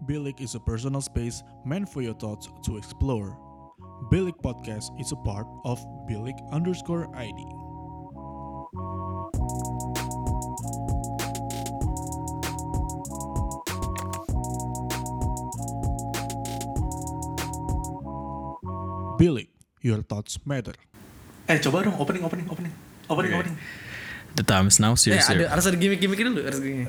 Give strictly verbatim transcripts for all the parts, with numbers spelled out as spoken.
Bilik is a personal space meant for your thoughts to explore. Bilik Podcast is a part of Bilik underscore I D. Bilik, your thoughts matter. Eh coba dong opening opening opening opening Okay. opening. The time is now, Eh, serious. ada, harus ada gimmick-gimmick dulu, harus gini.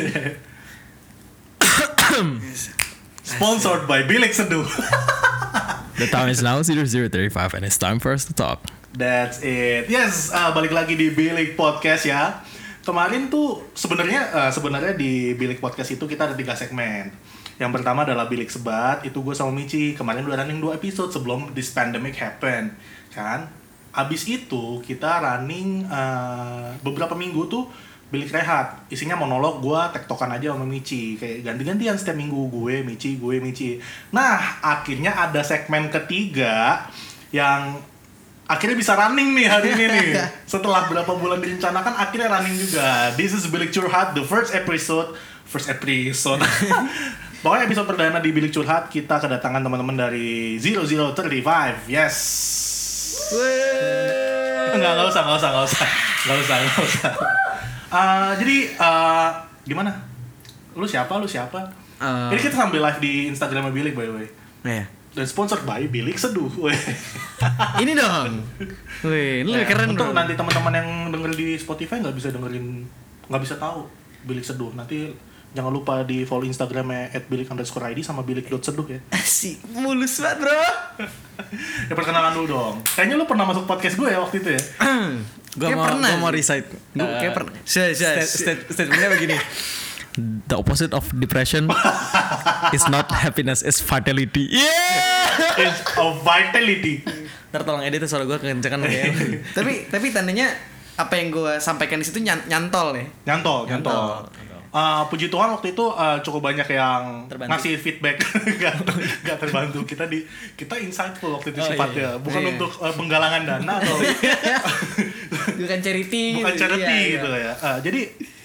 Sponsored by Bilik Seduh. The time is now zero zero thirty-five and it's time for us to talk. That's it. Yes, uh, balik lagi di Bilik Podcast ya. Kemarin tuh sebenarnya uh, sebenarnya di Bilik Podcast itu kita ada tiga segmen. Yang pertama adalah Bilik Sebat, itu gue sama Michi. Kemarin udah running dua episode sebelum this pandemic happen, kan? Abis itu kita running uh, beberapa minggu tuh Bilik Rehat. Isinya monolog gue tektokan aja sama Michi. Kayak ganti-gantian setiap minggu gue, Michi, gue, Michi. Nah, akhirnya ada segmen ketiga yang akhirnya bisa running nih hari ini nih. Setelah berapa bulan direncanakan, akhirnya running juga. This is Bilik Curhat, the first episode. First episode. Pokoknya episode perdana di Bilik Curhat, kita kedatangan teman-teman dari zero zero thirty-five. Yes. Enggak, enggak usah, enggak usah, enggak usah. Enggak usah, enggak usah. Uh, jadi, uh, gimana? Lu siapa? Lu siapa? Uh, Ini kita sambil live di Instagram Bilik, by the way. Iya. Dan sponsored by Bilik Seduh. Weh. Ini dong. Wih, ini lebih Eh, keren untuk bro. nanti teman-teman yang denger di Spotify nggak bisa dengerin, nggak bisa tahu Bilik Seduh. Nanti jangan lupa di follow Instagramnya at bilik underscore id sama bilik.seduh ya. Asik, mulus banget bro. Ya perkenalan dulu dong. Kayaknya lu pernah masuk podcast gue ya waktu itu ya. Gue Kayak mau, pernah gua mau sih. recite. Gue kayak pernah. Saya, saya, Stat- stat- Statementnya begini. The opposite of depression is not happiness, is fatality. Yeah. It's of vitality. Ntar tolong edit suara gue kekencangan kayak. tapi tapi tandanya apa yang gue sampaikan di situ nyan- nyantol ya. Nyantol, nyantol. Nyantol. Uh, puji Tuhan waktu itu uh, cukup banyak yang Terbantu. ngasih feedback. Gak, gak terbantu. Kita di kita insightful waktu itu Oh, sifatnya. iya, iya. Bukan Iya. untuk uh, penggalangan dana atau Bukan charity. bukan gitu. charity Iya, gitu iya. ya. Uh, jadi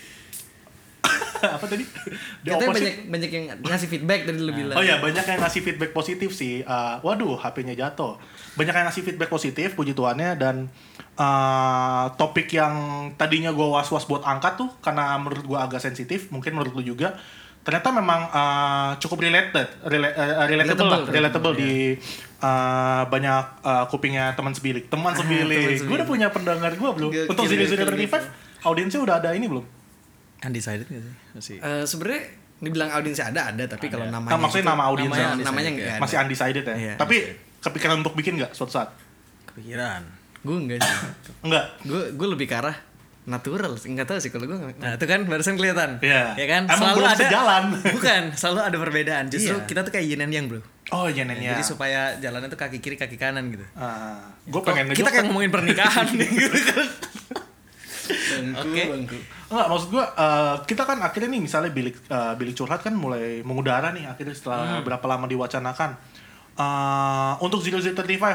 apa tadi? The Katanya opposite- banyak banyak yang ngasih feedback tadi lu bilang. Oh iya, banyak yang ngasih feedback positif sih. Uh, waduh, H P-nya jatuh. Banyak yang ngasih feedback positif, puji Tuhannya. Dan uh, topik yang tadinya gue was-was buat angkat tuh, karena menurut gue agak sensitif, mungkin menurut lu juga, ternyata memang uh, cukup related, rela- uh, relatable, Relatable, lah, relatable relatable, di uh, banyak uh, kupingnya teman sebilik. Teman sebilik. teman Gue udah punya pendengar gue belum? Gokil, Untuk zero zero gokil, thirty-five, audiensnya udah ada ini belum? Undecided gak sih? Masih. Eh, sebenarnya dibilang audiensnya ada ada tapi kalau namanya Nah, maksudnya gitu, nama audiensnya. namanya, namanya enggak ada. Masih undecided ya? Iya, Tapi kepikiran untuk bikin nggak suatu saat? Kepikiran. Gue enggak sih. Enggak. Gue gue lebih ke arah natural. Enggak tahu sih kalau gue enggak. Nah itu kan barusan kelihatan. Iya. Ya kan? Emang belum sejalan. Bukan, selalu ada perbedaan. Justru Iya. kita tuh kayak yin and yang bro. Oh iya neneknya. Jadi supaya jalannya tuh kaki kiri kaki kanan gitu. Ah, gue pengen Kita ngejok. kayak ngomongin pernikahan nih gitu kan. Bangku, Oke. bangku. Enggak, maksud gue uh, kita kan akhirnya nih misalnya bilik uh, bilik curhat kan mulai mengudara nih akhirnya setelah Hmm. berapa lama diwacanakan. Uh, untuk zero zero thirty-five,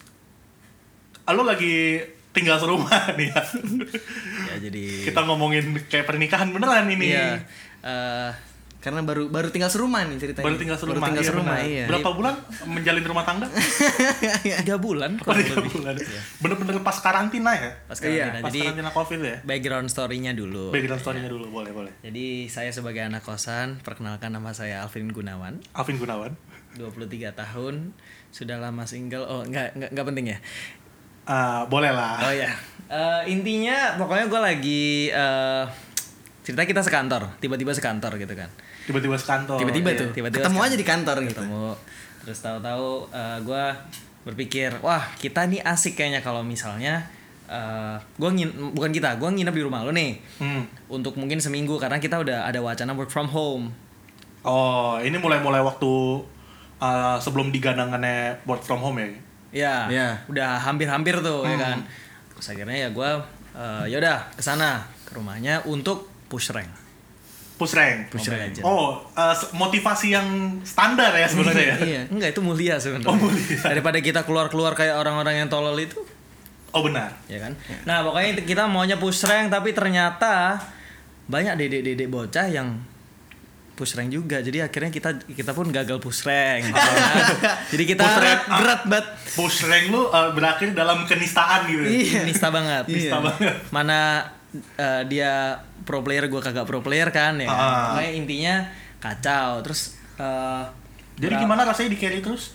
lo lagi tinggal serumah nih ya. Ya jadi. Kita ngomongin kayak pernikahan beneran ini. Iya. Eh, Karena baru baru tinggal serumah nih ceritanya. Baru tinggal serumah. Baru tinggal iya, serumah, benar. iya. Berapa bulan menjalin rumah tangga? tiga bulan Oh, kurang tiga lebih. bulan. Bener-bener pas karantina ya? Pas Iya, karantina. Pas Jadi karantina covid ya? background story-nya dulu. Background story-nya dulu, boleh boleh. Jadi saya sebagai anak kosan, perkenalkan nama saya Alvin Gunawan, Alvin Gunawan. dua puluh tiga tahun, sudah lama single. Oh, enggak enggak, enggak penting ya. Uh, boleh lah. Oh ya. Eh, intinya pokoknya gue lagi eh, cerita kita sekantor, tiba-tiba sekantor gitu kan. Tiba-tiba sekantor. Tiba-tiba Iya. tuh, tiba-tiba Ketemu sekantor. aja di kantor gitu. Ketemu. Terus tahu-tahu eh, gue berpikir, wah kita nih asik kayaknya kalau misalnya eh gue ngin bukan kita, gue nginep di rumah lo nih Hmm. untuk mungkin seminggu karena kita udah ada wacana work from home. Oh, ini mulai-mulai waktu uh, sebelum digadang-gadangnya work from home ya? Ya, Iya. udah hampir-hampir tuh ya Hmm. kan. Terus akhirnya ya gue uh, yaudah kesana ke rumahnya untuk push rank. Push rank. Push rank aja. Oh, uh, s- motivasi yang standar ya sebenarnya ya? Iya. Enggak, itu mulia sebenarnya. Oh, mulia. Daripada kita keluar-keluar kayak orang-orang yang tolol itu, Oh, benar. ya kan. Nah pokoknya itu kita maunya push rank tapi ternyata banyak dedek-dedek bocah yang push rank juga. Jadi akhirnya kita kita pun gagal push rank. Gitu kan. Jadi kita Push rank, berat banget. Push rank lu uh, berakhir dalam kenistaan gitu. Iya. nista banget. Nista Iya. banget. Mana uh, dia pro player, gue kagak pro player kan ya. Ah. Makanya intinya kacau. Terus uh, Jadi berapa- gimana rasanya di carry terus?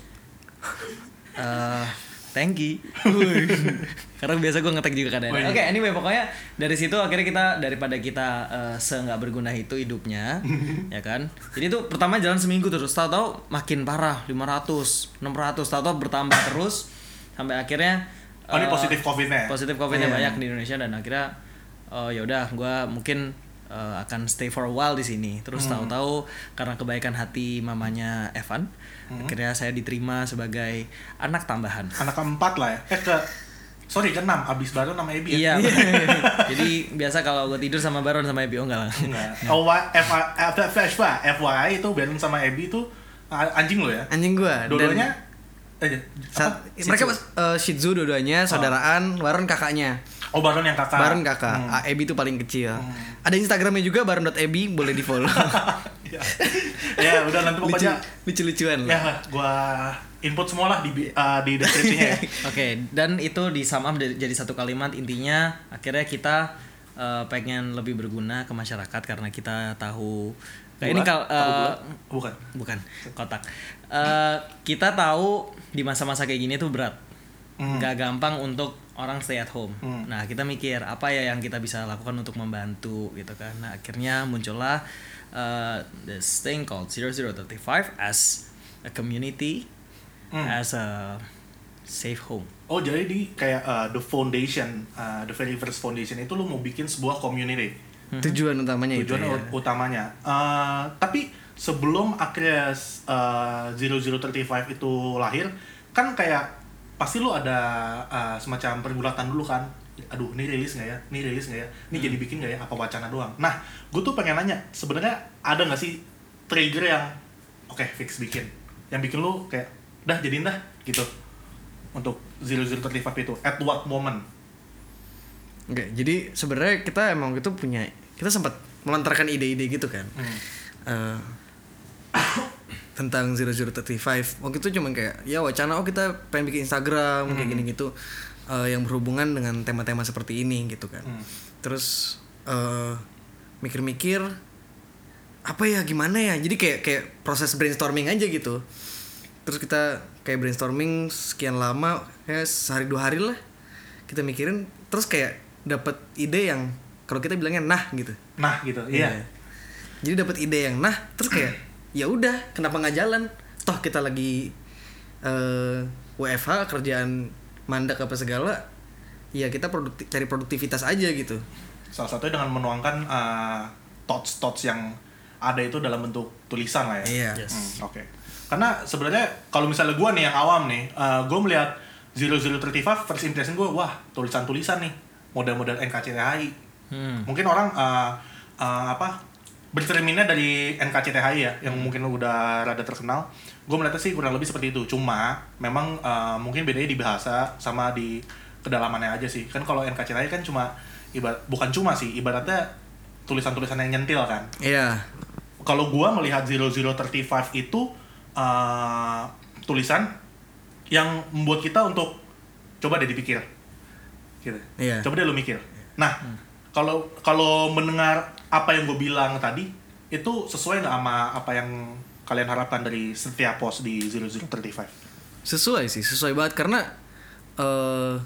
Uh, thanky. Karena biasa gue ngetek juga kadang. Oh, iya. Oke, anyway pokoknya dari situ akhirnya kita daripada kita uh, se nggak berguna itu hidupnya, ya kan. Jadi itu pertama jalan seminggu terus, tahu-tahu makin parah, lima ratus, enam ratus, tahu-tahu bertambah terus sampai akhirnya. Oh, ini uh, positif COVID-nya. Positif COVID-nya Iya. banyak di Indonesia dan akhirnya uh, ya udah gue mungkin uh, akan stay for a while di sini. Terus Hmm. tahu-tahu karena kebaikan hati mamanya Evan, Hmm. akhirnya saya diterima sebagai anak tambahan. Anak keempat lah ya. Eh ke sorry ke enam abis Baron sama Ebi ya. Iya. Jadi biasa kalau gue tidur sama Baron sama Ebi, oh enggak lah. Enggak. Oh, Y- F F F Y I itu Baron sama Ebi itu uh, anjing lo ya. Anjing gua. Dan Dua-duanya eh, saat- apa? mereka Shih Tzu. uh, Shih Tzu dua-duanya, saudaraan, Baron kakaknya. Oh, Baron yang kakak. Baron kakak, Hmm. ah, Ebi itu paling kecil. Ada Instagramnya juga baron.ebi, boleh di follow. ya. ya udah nanti Lucu, pokoknya lucu-lucuan lah. ya gua input semua lah di uh, di deskripsinya ya. Oke, dan itu di sum up jadi jadi satu kalimat, intinya akhirnya kita uh, pengen lebih berguna ke masyarakat karena kita tahu kayak ini Gula? kal Tahu uh, gula? Bukan. bukan kotak. Uh, kita tahu di masa-masa kayak gini tuh berat. Hmm. Gak gampang untuk orang stay at home. Hmm. Nah, kita mikir apa ya yang kita bisa lakukan untuk membantu gitu kan. Nah, akhirnya muncullah uh, this thing called zero zero three five as a community, Hmm. as a safe home. Oh, jadi di kayak uh, the foundation, uh, the very first foundation itu lu mau bikin sebuah community. Tujuan utamanya Tujuan itu ya. ut- utamanya. Uh, tapi sebelum akhirnya uh, zero zero three five itu lahir, kan kayak pasti lu ada uh, semacam pergulatan dulu kan. Aduh, ini rilis nggak ya? Ini rilis nggak ya? Ini jadi bikin nggak ya? Apa wacana doang? Nah, gue tuh pengen nanya, sebenarnya ada nggak sih trigger yang oke okay, fix bikin, yang bikin lu kayak dah jadiin dah gitu untuk zero zero three five itu at what moment? Oke, jadi sebenarnya kita emang itu punya, kita sempat melontarkan ide-ide gitu kan. Hmm. Eh, tentang zero zero three five. Waktu itu cuma kayak ya wacana, oh kita pengen bikin Instagram kayak gini gitu, eh, yang berhubungan dengan tema-tema seperti ini gitu kan. Hmm. Terus eh, mikir-mikir apa ya, gimana ya, jadi kayak kayak proses brainstorming aja gitu. Terus kita kayak brainstorming sekian lama, kayak sehari dua hari lah kita mikirin, terus kayak dapat ide yang kalau kita bilangnya nah gitu. Nah gitu, iya. Jadi dapat ide yang nah, terus kayak ya udah kenapa nggak jalan? Toh kita lagi eh, W F H, kerjaan mandak apa segala, ya kita produktif, cari produktivitas aja gitu. Salah satunya dengan menuangkan uh, thoughts-thoughts yang ada itu dalam bentuk tulisan lah ya. Iya. Yes. Hmm, Oke. Karena sebenarnya kalau misalnya gue nih yang awam nih, uh, gue melihat zero zero three five first impression gue, wah tulisan-tulisan nih, model-model N K C T H I. Hmm. Mungkin orang uh, uh, apa bercerminnya dari N K C T H I ya, yang mungkin udah rada terkenal. Gue melihatnya sih kurang lebih seperti itu. Cuma memang uh, mungkin bedanya di bahasa sama di kedalamannya aja sih. Kan kalau N K C T H I kan cuma ibarat, bukan cuma sih, ibaratnya tulisan-tulisan yang nyentil kan. Iya. Kalau gua melihat zero zero three five itu uh, tulisan yang membuat kita untuk coba deh dipikir, gitu. Iya. Coba deh lu mikir. Nah, kalau kalau mendengar apa yang gue bilang tadi, itu sesuai nggak sama apa yang kalian harapkan dari setiap post di zero zero three five? Sesuai sih, sesuai banget karena eh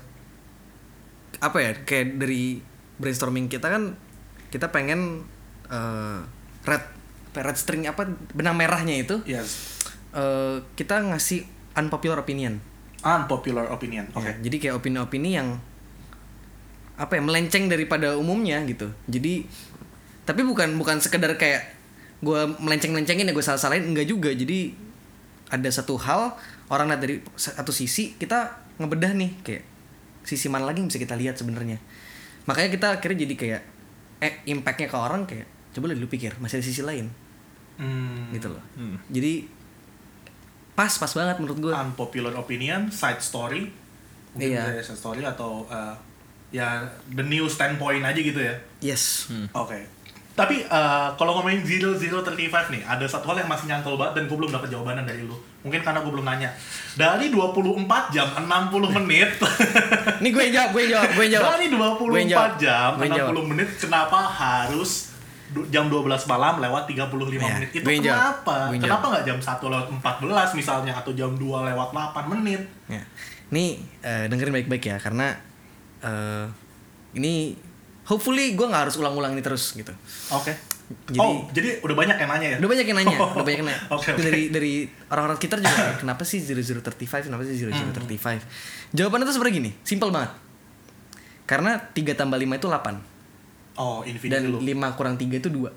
apa ya, kayak dari brainstorming kita kan kita pengen eh red apa, red string apa, benang merahnya itu Yes. eh kita ngasih unpopular opinion. Unpopular opinion. Oke. Ya, jadi kayak opini-opini yang apa ya, melenceng daripada umumnya gitu. Jadi tapi bukan bukan sekedar kayak gue melenceng-melencengin ya, gue salah-salahin, enggak juga. Jadi ada satu hal, orang lihat dari satu sisi, kita ngebedah nih kayak sisi mana lagi yang bisa kita lihat sebenarnya. Makanya kita akhirnya jadi kayak eh impactnya ke orang kayak coba lu pikir masih ada sisi lain. Hmm. Gitu loh. Hmm. Jadi pas pas banget menurut gue. Unpopular opinion, side story, mungkin Iya. bisa side story atau uh, ya the new standpoint aja gitu ya. Yes. Hmm. Oke. Tapi uh, kalau ngomongin zero zero tiga lima nih, ada satu hal yang masih nyantol banget dan gue belum dapat jawabannya dari lu. Mungkin karena gue belum nanya. Dari dua puluh empat jam enam puluh menit. Ini gue yang jawab, gue yang jawab, gue yang jawab. Dari dua puluh empat jam gue yang enam puluh menit kenapa harus du- jam dua belas malam lewat tiga puluh lima Ya, menit? Itu gue yang jawab. kenapa? Gue yang Kenapa nggak jam satu lewat empat belas misalnya atau jam dua lewat delapan menit? Ya. Nih eh, dengerin baik-baik ya, karena eh, ini hopefully gue nggak harus ulang-ulang ini terus gitu. Oke. Jadi- oh, jadi udah banyak yang nanya ya? Udah banyak yang nanya, udah banyak yang nanya. Oke, Itu oke. dari dari orang-orang sekitar juga, kenapa sih zero zero tiga lima? Kenapa sih zero zero tiga lima? Jawabannya tuh sebenarnya gini, simple banget. Karena tiga tambah lima itu delapan. Oh, infinity Dan loop. lima kurang tiga itu dua.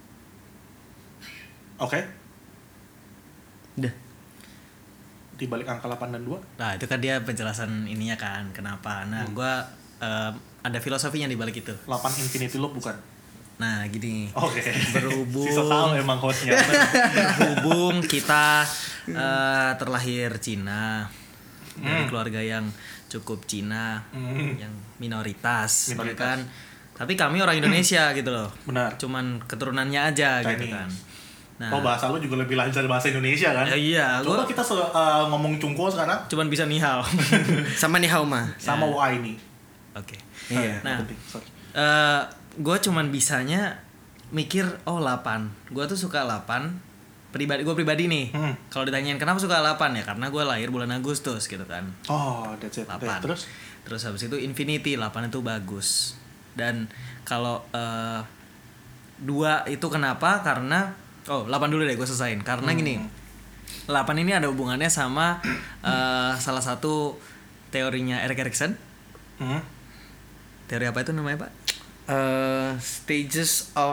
Oke. Udah. Di balik angka delapan dan dua. Nah itu kan dia penjelasan ininya kan kenapa. Nah Hmm. gue uh, ada filosofinya di balik itu. delapan infinity loop bukan? Nah gini. Oke. Berhubung- Sisa tahu emang hostnya. Berhubung kita uh, terlahir Cina dari Hmm. keluarga yang cukup Cina, Hmm. yang minoritas, Minoritas. ya kan. Tapi kami orang Indonesia gitu loh. Benar. Cuman keturunannya aja gitu Chinese. kan. Nah, Oh, bahasa lu juga lebih lancar bahasa Indonesia kan? ya iya, Coba gua kita se- uh, ngomong Cungko sekarang cuman bisa nihao. Sama nih Hauma. sama Ya. W A ini. Oke. Iya. Nah, penting. Sorry. eh gue cuman bisanya mikir oh delapan. Gue tuh suka delapan. Pribadi gue pribadi nih. Hmm. Kalau ditanyain kenapa suka delapan ya karena gue lahir bulan Agustus gitu kan. Oh, that's it. delapan. Terus? Terus habis itu infinity delapan itu bagus. Dan kalau eh dua itu kenapa? Karena oh, delapan dulu deh gue selesain. Karena gini. delapan ini ada hubungannya sama eh salah satu teorinya Erik Erikson. Hmm. Teori apa itu namanya, Pak? Eh, stages of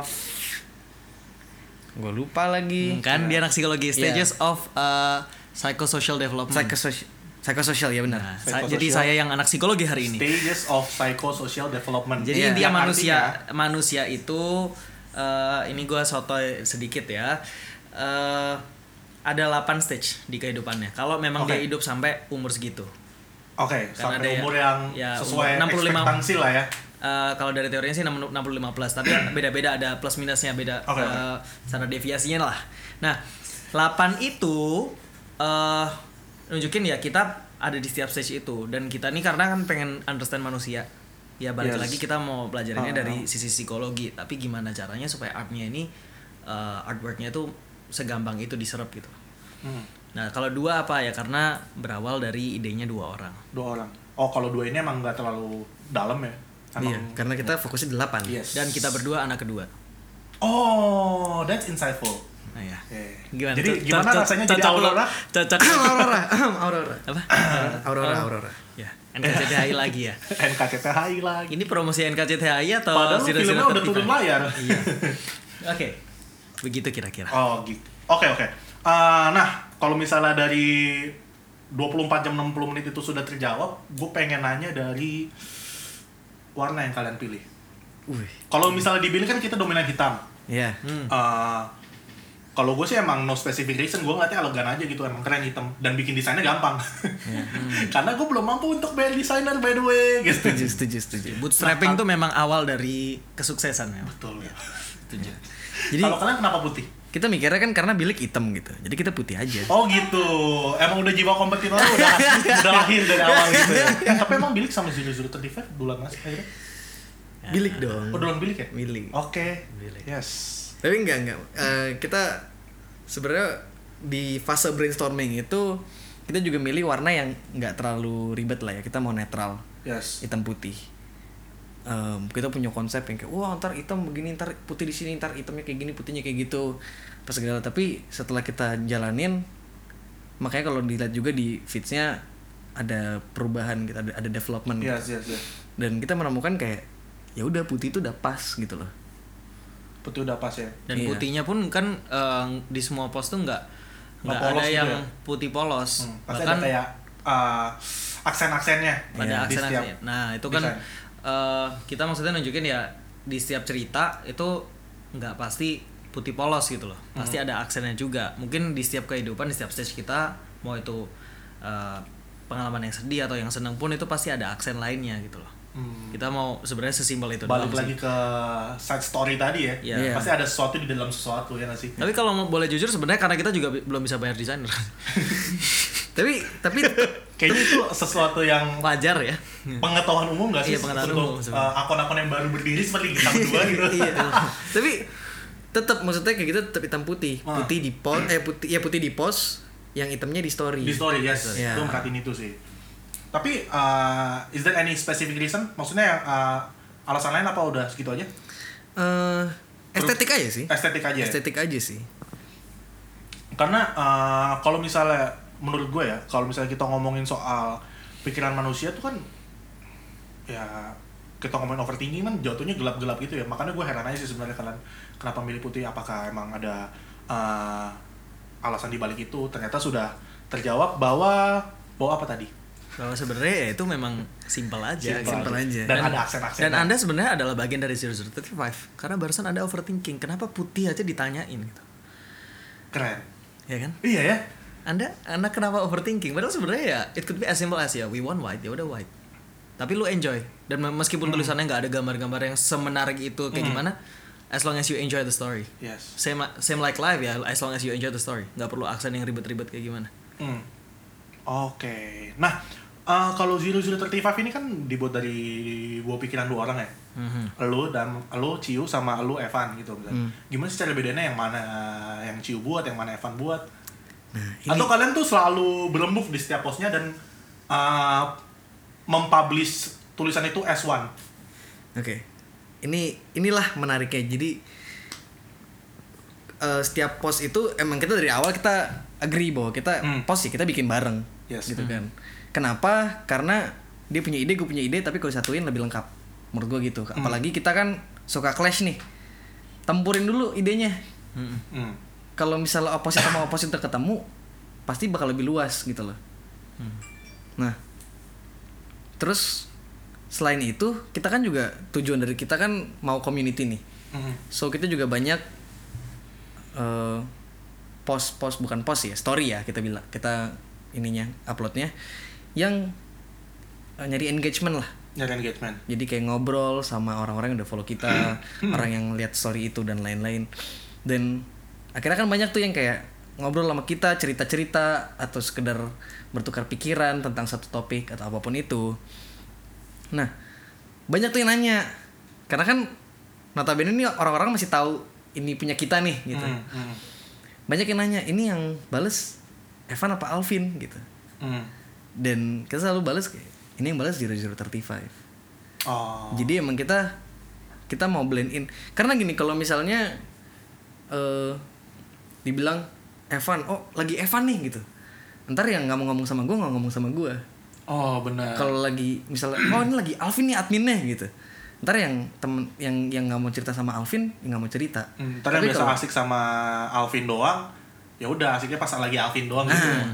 gue lupa lagi. Kan dia anak psikologi, stages of uh, psychosocial development. Psychosocial, psychosocial ya benar. Nah, sa- Psychosocial. jadi saya yang anak psikologi hari ini. Stages of psychosocial development. Jadi Iya. intinya Yang manusia artinya- manusia itu uh, ini gua sotoy sedikit ya. Uh, ada delapan stage di kehidupannya. Kalau memang Oke. dia hidup sampai umur segitu. Oke, Karena sampai ada ya- umur yang ya, sesuai umur enam puluh lima ekspektasi lah ya. Uh, kalau dari teorinya sih enam puluh lima plus, tapi beda-beda ada plus minusnya, beda Oke, oke. uh, standar deviasinya lah. Nah, delapan itu uh, nunjukin ya kita ada di setiap stage itu dan kita nih karena kan pengen understand manusia. Ya balik Yes. lagi kita mau pelajarannya Ah, dari ah. sisi psikologi, tapi gimana caranya supaya artnya ini uh, artworknya itu segampang itu diserap gitu. Hmm. Nah, kalau dua apa ya karena berawal dari idenya dua orang. Dua orang. Oh, kalau dua ini emang nggak terlalu dalam ya? Emang- Iya, karena kita fokusnya delapan. Yes. Dan kita berdua anak kedua. Oh, that's insightful. Nah ya. Oke. Gimana? Jadi Co- gimana co- rasanya jadi cocok lo- Aurora? Cocok. Aurora, Aurora, Apa? Aurora, Aurora. Ya, N K C T H I lagi ya. N K C T H I lagi. Ini promosi N K C T H I atau Padahal lu Zero Zero filmnya udah Thirty turun Five? layar. Iya. Oke. Begitu kira-kira. Oh gitu. Oke oke. Eh, nah kalau misalnya dari dua puluh empat jam enam puluh menit itu sudah terjawab, gue pengen nanya dari warna yang kalian pilih. Wih, Kalau misalnya di Billy kan kita dominan hitam. ya. Hmm. Eh, kalau gue sih emang no specific reason, gue ngeliatnya elegan aja gitu, emang keren hitam dan bikin desainnya gampang. Karena gue belum mampu untuk bayar desainer by the way. Gitu. Setuju, setuju, setuju. Bootstrapping tuh memang awal dari kesuksesan ya. Betul. Setuju. Jadi Kalau kalian kenapa putih? kita mikirnya kan karena bilik hitam gitu. Jadi kita putih aja. Oh gitu, emang udah jiwa kompetitor lu udah udah lahir dari awal gitu ya. Tapi emang Bilik sama Zero Zero Thirty Five duluan mas akhirnya? Bilik dong. Oh duluan Bilik ya? Bilik. Oke, Bilik. yes. Tapi enggak enggak. Eh, kita sebenarnya di fase brainstorming itu kita juga milih warna yang nggak terlalu ribet lah ya. Kita mau netral, Yes. hitam putih. Em, kita punya konsep yang kayak wah ntar hitam begini, ntar putih di sini, ntar hitamnya kayak gini, putihnya kayak gitu. Pas segala. Tapi setelah kita jalanin, makanya kalau dilihat juga di feeds-nya ada perubahan, kita ada, ada development. gitu. Yes, yes, yes. Dan kita menemukan kayak ya udah putih itu udah pas gitu loh. Putih udah pas ya. Dan Iya. putihnya pun kan eh, di semua post tuh nggak Nggak nggak polos ada gitu yang ya? putih polos. Hmm, pasti Bahkan ada kayak uh, aksen-aksennya pada di aksen setiap aksen. Nah itu kan desain. eh, kita maksudnya nunjukin ya di setiap cerita itu nggak pasti putih polos gitu loh. Pasti ada aksennya juga. Mungkin di setiap kehidupan, di setiap stage kita mau itu eh, pengalaman yang sedih atau yang seneng pun itu pasti ada aksen lainnya gitu loh. Hmm. Kita mau sebenarnya sesimpel itu Balik doang lagi sih. ke side story tadi ya. Iya. Pasti ada sesuatu di dalam sesuatu ya nggak sih? Tapi kalau mau boleh jujur sebenarnya karena kita juga bi- belum bisa bayar desainer. Tapi tapi Kayaknya itu sesuatu yang Wajar ya. pengetahuan umum nggak sih? Iya, pengetahuan untuk umum sebenarnya. uh, akun-akun yang baru berdiri seperti kita berdua gitu. iya. Tapi tetap maksudnya kayak gitu tetap hitam putih. Ah. Putih di post eh putih ya putih di post, yang hitamnya di story. Di story, yes. Iya. Itu merhatiin itu sih. Tapi uh, is there any specific reason? Maksudnya yang uh, alasan lain apa udah segitu aja? Eh, estetik aja sih. Estetik aja. ya? Estetik aja sih. Karena uh, kalau misalnya menurut gue ya, kalau misalnya kita ngomongin soal pikiran manusia tuh kan ya kita ngomongin overthinking kan jatuhnya gelap-gelap gitu ya. Makanya gue heran aja sih sebenarnya kalian kenapa milih putih, apakah emang ada uh, alasan di balik itu? Ternyata sudah terjawab bahwa bahwa apa tadi? Bahwa sebenarnya ya itu memang simpel aja. Simple gitu. Simple aja. Dan, ada aksen-aksen. Dan Anda sebenarnya adalah bagian dari zero zero thirty five karena barusan Anda overthinking. Kenapa putih aja ditanyain gitu. Keren. Ya kan? Iya ya. Anda Anda kenapa overthinking? Padahal sebenarnya ya it could be as simple as ya we want white, ya udah white. Tapi lu enjoy. Dan meskipun tulisannya nggak ada gambar-gambar yang semenarik itu kayak Hmm. gimana, as long as you enjoy the story. Yes. Same same like live ya, as long as you enjoy the story. Nggak perlu aksen yang ribet-ribet kayak gimana. Hmm. Oke. Nah, uh, kalau zero zero thirty five ini kan dibuat dari dua pikiran dua orang ya. Mhm. Lu dan lu Ciu sama lu Evan gitu misalnya. Hmm. Gimana sih cara bedanya yang mana yang Ciu buat, yang mana Evan buat? Nah, ini Atau kalian tuh selalu berembuk di setiap postnya dan uh, mempublish tulisan itu as one? Oke. Ini inilah menariknya. Jadi eh, setiap post itu emang kita dari awal kita agree bahwa kita Hmm. post sih kita bikin bareng. Yes. Gitu kan. Kenapa? Karena dia punya ide, gue punya ide, tapi kalau satuin lebih lengkap. Menurut gue gitu. Apalagi kita kan suka clash nih. Tempurin dulu idenya. Mhm. Hmm. Kalau misalnya opposite sama opposite ketemu, pasti bakal lebih luas gitu loh. Nah, terus selain itu kita kan juga tujuan dari kita kan mau community nih. Hmm. So kita juga banyak eh, post-post bukan post ya, story ya kita bilang, kita ininya uploadnya yang eh, nyari engagement lah. Nyari engagement. Jadi kayak ngobrol sama orang-orang yang udah follow kita, orang yang lihat story itu dan lain-lain. Dan akhirnya kan banyak tuh yang kayak ngobrol sama kita, cerita-cerita atau sekedar bertukar pikiran tentang satu topik atau apapun itu. Nah, banyak tuh yang nanya. Karena kan notabene ini orang-orang masih tahu ini punya kita nih gitu. Hmm. Hmm. Banyak yang nanya, ini yang bales Evan apa Alvin gitu. Hmm. Dan kita selalu bales kayak ini yang balas zero zero thirty five. Oh. Jadi emang kita kita mau blend in. Karena gini, kalau misalnya eh dibilang Evan, oh lagi Evan nih gitu. Ntar yang nggak mau ngomong sama gue nggak ngomong sama gue. Oh benar. Kalau lagi misalnya, oh ini lagi Alvin nih adminnya gitu. Ntar yang temen yang yang nggak mau cerita sama Alvin, yang nggak mau cerita. Hmm, ntar yang biasa kalau- asik sama Alvin doang, ya udah asiknya pas lagi Alvin doang gitu. Nah,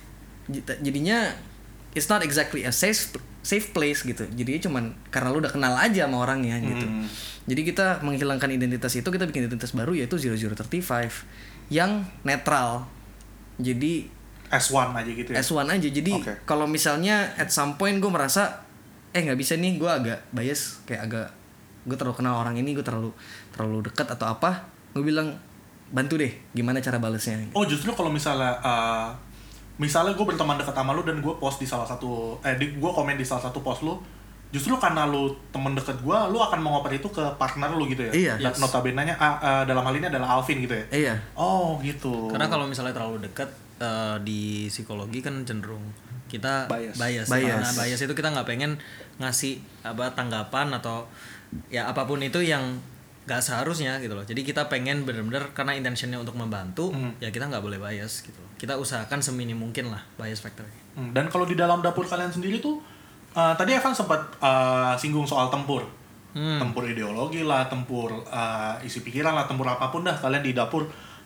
j- jadinya it's not exactly a safe safe place gitu. Jadinya cuman karena lu udah kenal aja sama orangnya gitu. Hmm. Jadi kita menghilangkan identitas itu, kita bikin identitas baru yaitu zero zero thirty five yang netral. Jadi S one aja gitu ya. S one aja. Jadi Oke. kalau misalnya at some point gue merasa eh nggak bisa nih, gue agak bias, kayak agak gue terlalu kenal orang ini, gue terlalu terlalu dekat atau apa, gue bilang bantu deh gimana cara balesnya. Oh justru kalau misalnya uh, misalnya gue berteman dekat sama lu dan gue post di salah satu eh di, gue komen di salah satu post lu, justru karena lu temen deket gue, lu akan mengoper itu ke partner lu gitu ya. Iya. Yes. Notabene-nya uh, uh, dalam hal ini adalah Alvin gitu ya. Iya. Oh gitu. Karena kalau misalnya terlalu dekat eh, di psikologi kan cenderung kita Bias. bias. Bias. Nah, bias itu kita nggak pengen ngasih apa tanggapan atau ya apapun itu yang nggak seharusnya gitu loh. Jadi kita pengen bener-bener karena intentionnya untuk membantu, Hmm. ya kita nggak boleh bias gitu loh. Kita usahakan seminim mungkin lah bias factornya. Hmm, dan kalau di dalam dapur kalian sendiri tuh uh, tadi Evan sempat uh, singgung soal tempur. Hmm. Tempur ideologi lah, tempur uh, isi pikiran lah, tempur apapun dah kalian di dapur.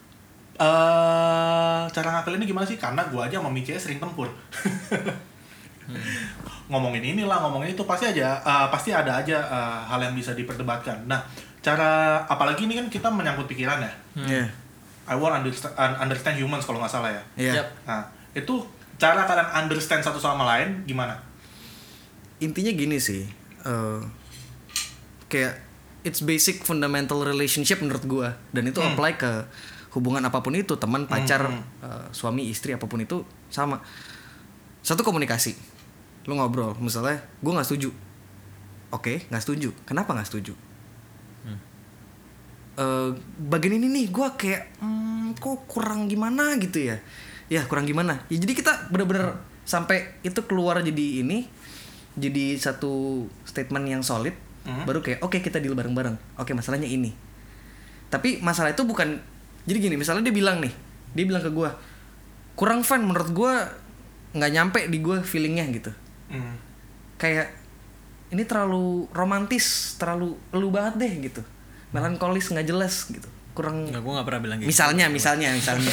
Uh, cara ngakalinnya gimana sih? Karena gua aja sama Mici sering tempur. Hmm. Ngomongin inilah, ngomongin itu pasti aja, uh, pasti ada aja uh, hal yang bisa diperdebatkan. Nah, cara apalagi ini kan kita menyangkut pikiran ya. Iya. I want understand, understand humans kalau nggak salah ya. Iya. Yap. Nah, itu cara kalian understand satu sama lain gimana? Intinya gini sih, uh, kayak it's basic fundamental relationship menurut gue, dan itu hmm. apply ke hubungan apapun itu, teman, pacar, hmm. uh, suami, istri, apapun itu sama. Satu, komunikasi. Lu ngobrol, misalnya gue nggak setuju, oke, okay, nggak setuju. Kenapa nggak setuju? Hmm. Uh, bagian ini nih gue kayak, hmm, kok kurang gimana gitu ya? Ya kurang gimana? Ya jadi kita bener-bener hmm. sampai itu keluar jadi ini, jadi satu statement yang solid. Hmm. Baru kayak oke okay, kita deal bareng-bareng. Oke okay, masalahnya ini. Tapi masalah itu bukan, jadi gini, misalnya dia bilang nih, dia bilang ke gue kurang fun, menurut gue nggak nyampe di gue feelingnya gitu. Hmm. Kayak ini terlalu romantis, terlalu elu banget deh gitu, melankolis, nggak jelas gitu, kurang. Nggak, gue nggak pernah bilang gitu. Misalnya, misalnya, misalnya.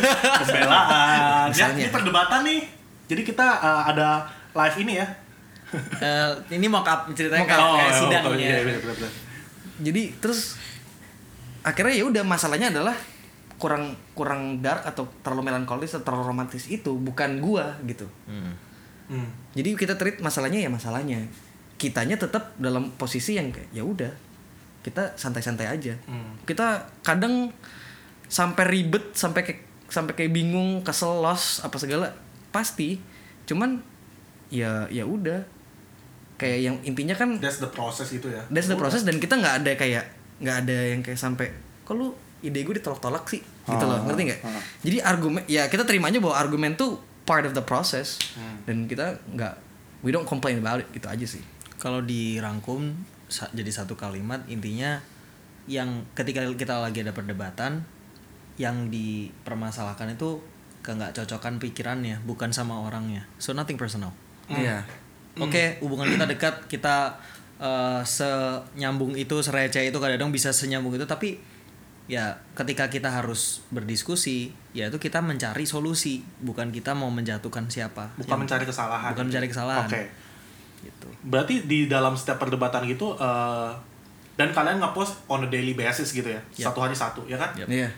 Pembelaan. Ya, ini perdebatan nih. Jadi kita uh, ada live ini ya. uh, ini mock up ceritanya mock up. kayak, Oh, kayak oh, sidang oh, ya. iya, bener, bener, bener. Jadi terus akhirnya ya udah, masalahnya adalah kurang kurang dark atau terlalu melankolis atau terlalu romantis, itu bukan gua gitu. Hmm. Hmm. Jadi kita treat masalahnya ya masalahnya. Kitanya tetap dalam posisi yang kayak ya udah, kita santai-santai aja. Hmm. Kita kadang sampai ribet, sampai kayak sampai kayak bingung, kesel, lost apa segala pasti. Cuman ya ya udah. Kayak yang intinya kan that's the process gitu ya. That's the process, dan kita nggak ada kayak nggak ada yang kayak sampai kok lu ide gue ditolak-tolak sih gitu ah, loh, ngerti nggak? Ah. Jadi argumen ya kita terima aja bahwa argumen tuh part of the process, hmm. dan kita nggak, we don't complain about it, gitu aja sih. Kalau dirangkum sa- jadi satu kalimat, intinya yang ketika kita lagi ada perdebatan, yang dipermasalahkan itu ke nggak cocokan pikirannya, bukan sama orangnya. So nothing personal. Iya. Hmm. Oke, okay, hubungan kita dekat, kita uh, senyambung itu, sereceh itu, kadang-kadang bisa senyambung itu, tapi ya ketika kita harus berdiskusi, ya itu kita mencari solusi, bukan kita mau menjatuhkan siapa. Bukan yang, mencari kesalahan. Bukan mencari kesalahan. Oke. Okay. Gitu. Berarti di dalam setiap perdebatan gitu, uh, dan kalian ngepost on a daily basis gitu ya, yep. satu hari satu, ya kan? Iya. Yep.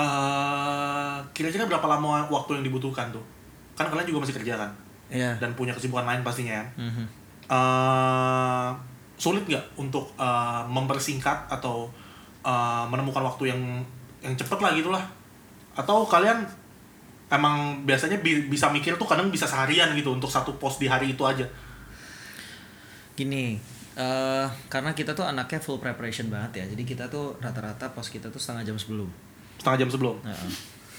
Uh, kira-kira berapa lama waktu yang dibutuhkan tuh? Kan kalian juga masih kerja kan? Iya. Dan punya kesibukan lain pastinya ya. Mm-hmm. Uh, sulit nggak untuk uh, mempersingkat atau uh, menemukan waktu yang yang cepet lah gitulah? Atau kalian emang biasanya bi- bisa mikir tuh kadang bisa seharian gitu untuk satu post di hari itu aja? Gini, uh, karena kita tuh anaknya full preparation banget ya, jadi kita tuh rata-rata post kita tuh setengah jam sebelum. Setengah jam sebelum. Uh-uh.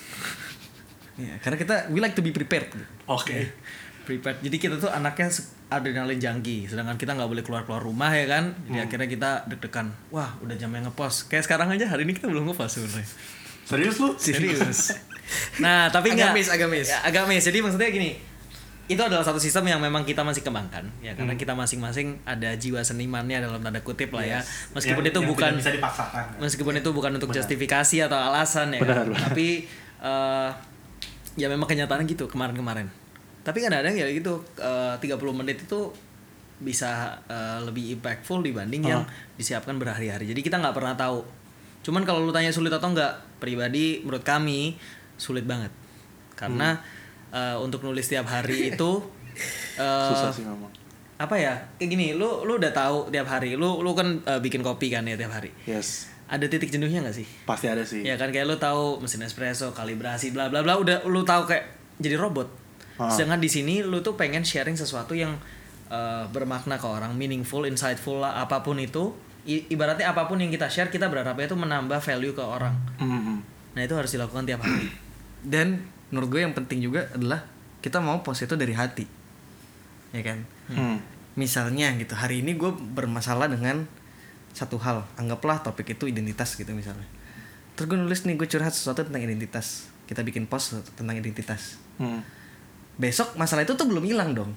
Ya, karena kita we like to be prepared. Oke. Okay. Prepared. Jadi kita tuh anaknya adrenalin junkie, sedangkan kita nggak boleh keluar-keluar rumah ya kan. Jadi hmm. akhirnya kita deg-degan. Wah, udah jamnya ngepost. Kayak sekarang aja, hari ini kita belum ngepost sebenarnya. Serius lu? Serius. Nah, tapi nggak. Agak miss, agak miss. Ya, agak miss. Jadi maksudnya gini. Itu adalah satu sistem yang memang kita masih kembangkan ya, karena hmm. kita masing-masing ada jiwa senimannya dalam tanda kutip lah ya. Yes. Meskipun yang, itu yang bukan bisa dipaksakan. Meskipun itu bukan untuk benar. Justifikasi atau alasan ya. Benar, kan? benar. Tapi uh, ya memang kenyataan gitu kemarin-kemarin. Tapi kadang-kadang ya gitu uh, tiga puluh menit itu bisa uh, lebih impactful dibanding uh. yang disiapkan berhari-hari. Jadi kita nggak pernah tahu. Cuman kalau lu tanya sulit atau enggak, pribadi menurut kami sulit banget. Karena hmm. uh, untuk nulis tiap hari itu uh, susah sih memang. Apa ya? Kayak gini, lu lu udah tahu tiap hari. Lu lu kan uh, bikin kopi kan ya tiap hari. Yes. Ada titik jenuhnya nggak sih? Pasti ada sih. Ya kan, kayak lu tahu mesin espresso, kalibrasi, bla bla bla, udah lu tahu kayak jadi robot. Ah. Sedangkan di sini lu tuh pengen sharing sesuatu yang uh, bermakna ke orang, meaningful, insightful lah, apapun itu. I- ibaratnya apapun yang kita share, kita berharapnya itu menambah value ke orang. Mm-hmm. Nah itu harus dilakukan tiap hari. Dan menurut gue yang penting juga adalah kita mau post itu dari hati, ya kan? Hmm. Misalnya gitu, hari ini gue bermasalah dengan satu hal, anggaplah topik itu identitas gitu misalnya. Terus gue nulis nih, gue curhat sesuatu tentang identitas. Kita bikin post tentang identitas. Hmm. Besok masalah itu tuh belum hilang dong.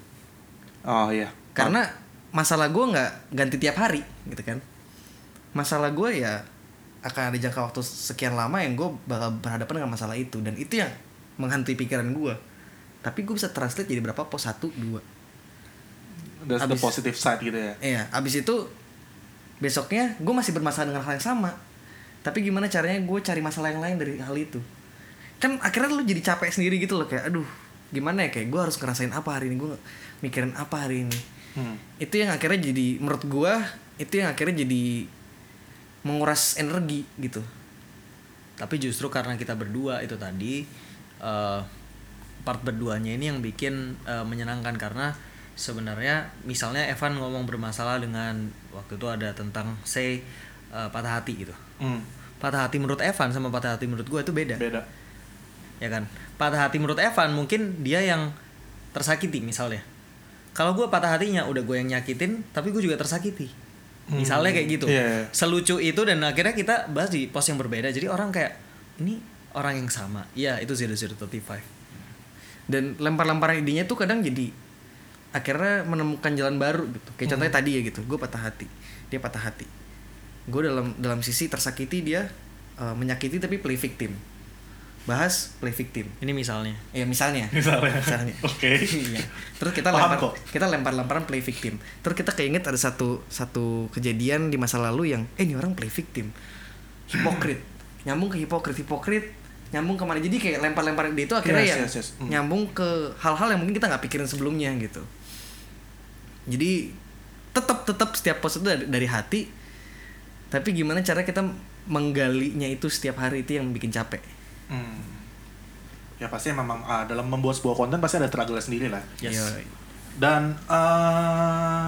Oh iya. Karena masalah gue nggak ganti tiap hari, gitu kan? Masalah gue ya akan ada jangka waktu sekian lama yang gue bakal berhadapan dengan masalah itu, dan itu yang menghantui pikiran gue. Tapi gue bisa translate jadi berapa post, satu, dua. That's abis, the positive side gitu ya. Iya, abis itu besoknya gue masih bermasalah dengan hal yang sama. Tapi gimana caranya gue cari masalah yang lain dari hal itu? Kan akhirnya lu jadi capek sendiri gitu loh, kayak aduh gimana ya, kayak gue harus ngerasain apa hari ini, gue mikirin apa hari ini. Hmm. Itu yang akhirnya jadi menurut gua itu yang akhirnya jadi menguras energi gitu. Tapi justru karena kita berdua itu tadi uh, part berduanya ini yang bikin uh, menyenangkan, karena sebenarnya misalnya Evan ngomong bermasalah dengan waktu itu ada tentang say uh, patah hati gitu. Hmm. Patah hati menurut Evan sama patah hati menurut gue itu beda. Beda. Ya kan? Patah hati menurut Evan mungkin dia yang tersakiti misalnya. Kalau gue patah hatinya udah gue yang nyakitin, tapi gue juga tersakiti. Misalnya kayak gitu. Yeah. Selucu itu, dan akhirnya kita bahas di post yang berbeda. Jadi orang kayak ini orang yang sama. Iya, itu zero zero tiga lima. Dan lempar-lemparan idenya tuh kadang jadi akhirnya menemukan jalan baru gitu. Kayak Hmm. contohnya tadi ya gitu, gue patah hati, dia patah hati. Gue dalam dalam sisi tersakiti, dia uh, menyakiti tapi play victim. Bahas play victim. Ini misalnya. Ya misalnya. Misalnya. Misalnya. Oke. Iya. Terus kita Paham lempar kok. kita lempar-lemparan play victim. Terus kita keinget ada satu satu kejadian di masa lalu yang eh ini orang play victim. Hipokrit. Nyambung ke hipokrit, hipokrit nyambung kemana, jadi kayak lempar-lempar dia itu akhirnya Yes, yang yes, yes. Hmm. nyambung ke hal-hal yang mungkin kita nggak pikirin sebelumnya gitu. Jadi tetap tetap setiap post itu dari, dari hati, tapi gimana cara kita menggalinya itu setiap hari, itu yang bikin capek. Hmm. Ya pasti memang ah, dalam membuat sebuah konten pasti ada struggle sendiri lah. Yes. Yoi. Dan uh,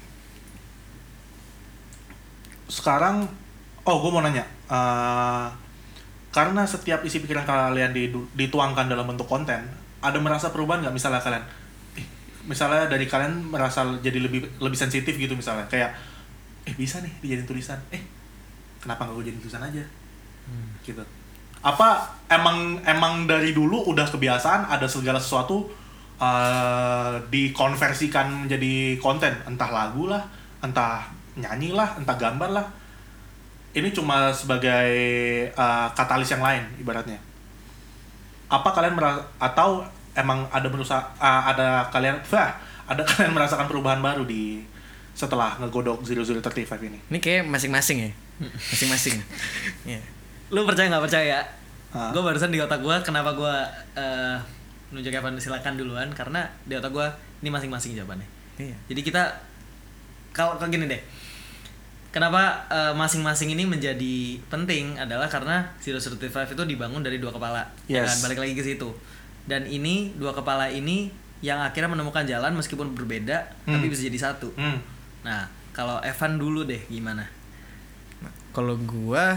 sekarang, oh gue mau nanya, uh, karena setiap isi pikiran kalian didu- dituangkan dalam bentuk konten, ada merasa perubahan nggak misalnya kalian, eh, misalnya dari kalian merasa jadi lebih lebih sensitif gitu misalnya, kayak, eh bisa nih dijadiin tulisan, eh kenapa nggak gue jadiin tulisan aja, hmm. gitu. Apa emang emang dari dulu udah kebiasaan ada segala sesuatu uh, dikonversikan menjadi konten, entah lagu lah, entah nyanyi lah, entah gambar lah. Ini cuma sebagai uh, katalis yang lain ibaratnya. Apa kalian merasa, atau emang ada berusaha uh, ada kalian bah, ada kalian merasakan perubahan baru di setelah ngegodok zero zero tiga lima ini? Ini kayak masing-masing ya, masing-masing. Iya. Lu percaya nggak percaya? Hah? Gue barusan di otak gue, kenapa gue uh, nunjuk Evan silakan duluan, karena di otak gue ini masing-masing jawabannya. Iya. Jadi kita kalau kayak gini deh, kenapa uh, masing-masing ini menjadi penting adalah karena zero zero tiga lima itu dibangun dari dua kepala, ya Yes. kan? Balik lagi ke situ. Dan ini dua kepala ini yang akhirnya menemukan jalan meskipun berbeda, Hmm. tapi bisa jadi satu. Hmm. Nah, kalau Evan dulu deh gimana? Nah, kalau gua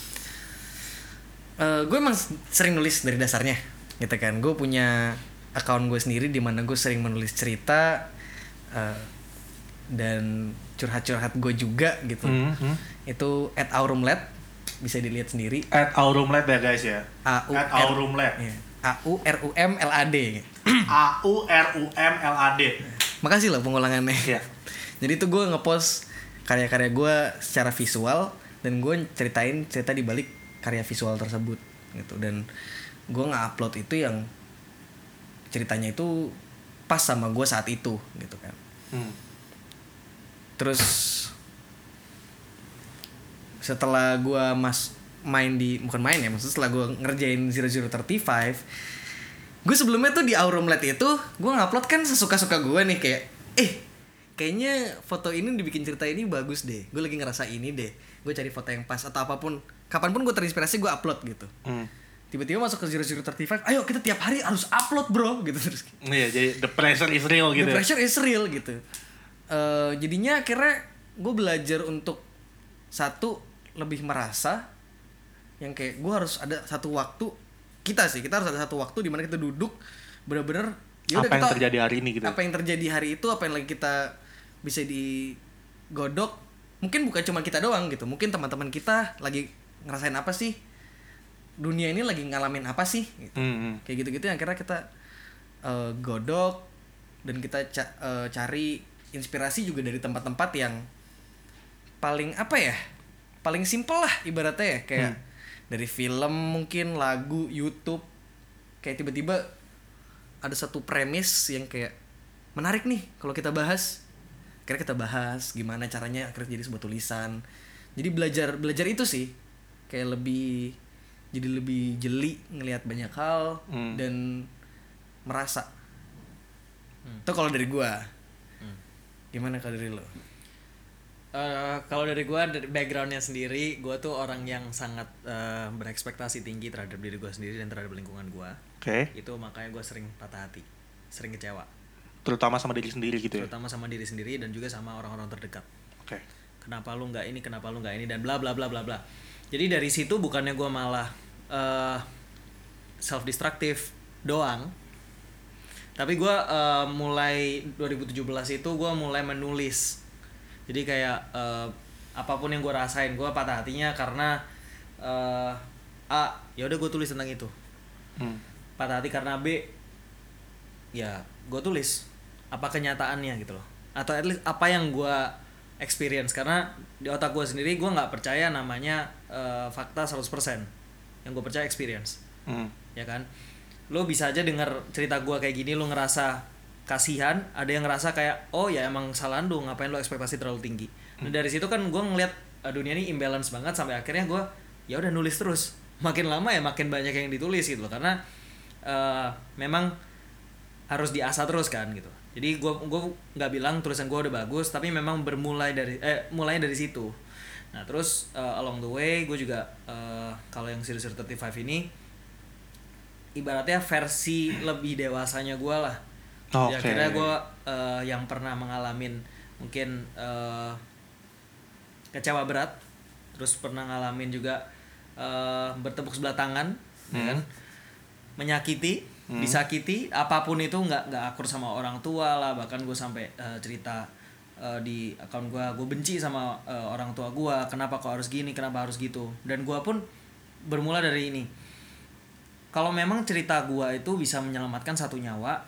uh, gue emang sering nulis dari dasarnya gitu kan. Gue punya account gue sendiri di mana gue sering menulis cerita uh, dan curhat-curhat gue juga gitu. Hmm, hmm. Itu at aurumlet, bisa dilihat sendiri. At Aurumlet ya guys ya. A U At R Aurumlet. Iya. A U R U M L A D. A U R U M L A D. Makasih loh pengulangannya. Iya. Jadi itu gue ngepost karya-karya gue secara visual dan gue ceritain cerita di balik karya visual tersebut gitu. Dan gue nge-upload itu yang ceritanya itu pas sama gue saat itu gitu kan. Hmm. Terus setelah gue mas main di bukan main ya, maksudnya setelah gue ngerjain zero zero tiga lima, gue sebelumnya tuh di Aurumlet itu gue ngupload kan sesuka-suka gue nih, kayak eh kayaknya foto ini dibikin cerita ini bagus deh, gue lagi ngerasa ini deh, gue cari foto yang pas atau apapun, kapanpun gue terinspirasi gue upload gitu. Hmm. Tiba-tiba masuk ke zero zero tiga lima, ayo kita tiap hari harus upload bro gitu terus. Iya, jadi the pressure is real gitu. The ya. pressure is real gitu. Uh, jadinya akhirnya gue belajar untuk satu lebih merasa yang kayak gue harus ada satu waktu, kita sih kita harus ada satu waktu di mana kita duduk bener-bener ya udah Apa yang kita terjadi hari ini gitu. apa yang terjadi hari itu, apa yang lagi kita bisa digodok, mungkin bukan cuma kita doang gitu, mungkin teman-teman kita lagi ngerasain apa sih, dunia ini lagi ngalamin apa sih gitu. Hmm, hmm. Kayak gitu-gitu yang akhirnya kita uh, godok dan kita ca- uh, cari inspirasi juga dari tempat-tempat yang paling apa ya, paling simpel lah ibaratnya ya, kayak hmm. dari film mungkin, lagu, YouTube, kayak tiba-tiba ada satu premis yang kayak menarik nih kalau kita bahas, akhirnya kita bahas gimana caranya akhirnya jadi sebuah tulisan. Jadi belajar belajar itu sih kayak lebih jadi lebih jeli ngelihat banyak hal Hmm. dan merasa. Hmm. Itu kalau dari gua. Hmm. Gimana kalau dari lo? Eh, kalau dari gue, dari backgroundnya sendiri, gue tuh orang yang sangat eh, berekspektasi tinggi terhadap diri gue sendiri dan terhadap lingkungan gue. Oke. Itu makanya gue sering patah hati, sering kecewa, Terutama sama diri sendiri gitu ya. terutama sama diri sendiri dan juga sama orang-orang terdekat. Oke. Kenapa lu nggak ini, kenapa lu nggak ini, dan bla bla bla bla bla. Jadi dari situ bukannya gue malah uh, self destructive doang, tapi gue uh, mulai dua ribu tujuh belas itu gue mulai menulis. Jadi kayak uh, apapun yang gue rasain, gue patah hatinya karena uh, A, ya udah gue tulis tentang itu. Hmm. Patah hati karena B, ya gue tulis apa kenyataannya gitu loh, atau at least apa yang gue experience, karena di otak gue sendiri gue nggak percaya namanya uh, fakta seratus persen, yang gue percaya experience. Hmm. Ya kan, lo bisa aja dengar cerita gue kayak gini, lo ngerasa kasihan, ada yang ngerasa kayak oh ya emang salah lu, ngapain lo ekspektasi terlalu tinggi. Nah dari situ kan gue ngeliat uh, dunia ini imbalance banget, sampai akhirnya gue ya udah nulis terus, makin lama ya makin banyak yang ditulis gitu loh, karena uh, memang harus diasah terus kan gitu. Jadi gue gue nggak bilang tulisan gue udah bagus, tapi memang bermulai dari eh mulai dari situ. Nah terus uh, along the way gue juga uh, kalau yang Zero Zero tiga puluh lima ini ibaratnya versi lebih dewasanya gue lah. Oh, Jadi okay. akhirnya gue uh, yang pernah mengalamin mungkin uh, kecewa berat, terus pernah ngalamin juga uh, bertepuk sebelah tangan, hmm. ya kan? Menyakiti, hmm. disakiti, apapun itu, nggak nggak akur sama orang tua lah, bahkan gue sampai uh, cerita uh, di akun gue, gue benci sama uh, orang tua gue, kenapa kok harus gini, kenapa harus gitu, dan gue pun bermula dari ini. Kalau memang cerita gue itu bisa menyelamatkan satu nyawa,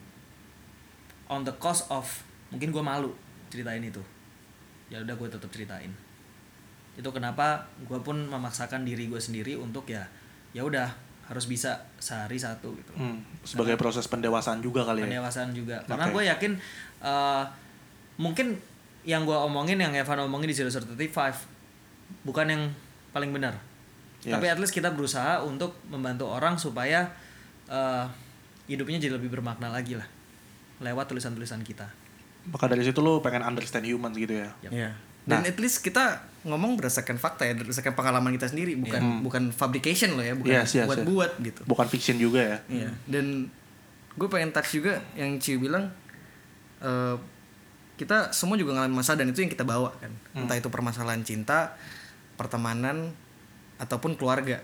on the cost of mungkin gue malu ceritain itu, ya udah gue tetap ceritain. Itu kenapa gue pun memaksakan diri gue sendiri untuk ya ya udah harus bisa sehari satu gitu. Hmm, sebagai karena proses pendewasaan juga kali ya. Pendewasaan juga. Karena okay. gue yakin uh, mungkin yang gue omongin, yang Evan omongin di Zero Zero tiga puluh lima bukan yang paling benar. Yes. Tapi at least kita berusaha untuk membantu orang supaya uh, hidupnya jadi lebih bermakna lagi lah lewat tulisan-tulisan kita. Maka dari situ lo pengen understand humans gitu ya. Yep. Yeah. Dan Nah. at least kita ngomong berdasarkan fakta ya, berdasarkan pengalaman kita sendiri, bukan yeah. bukan fabrication loh ya, bukan yes, yes, buat-buat yes. gitu. Bukan fiction juga ya. Iya. Yeah. Dan gue pengen touch juga yang Ciu bilang, uh, kita semua juga ngalamin masalah dan itu yang kita bawa kan. Hmm. Entah itu permasalahan cinta, pertemanan, ataupun keluarga.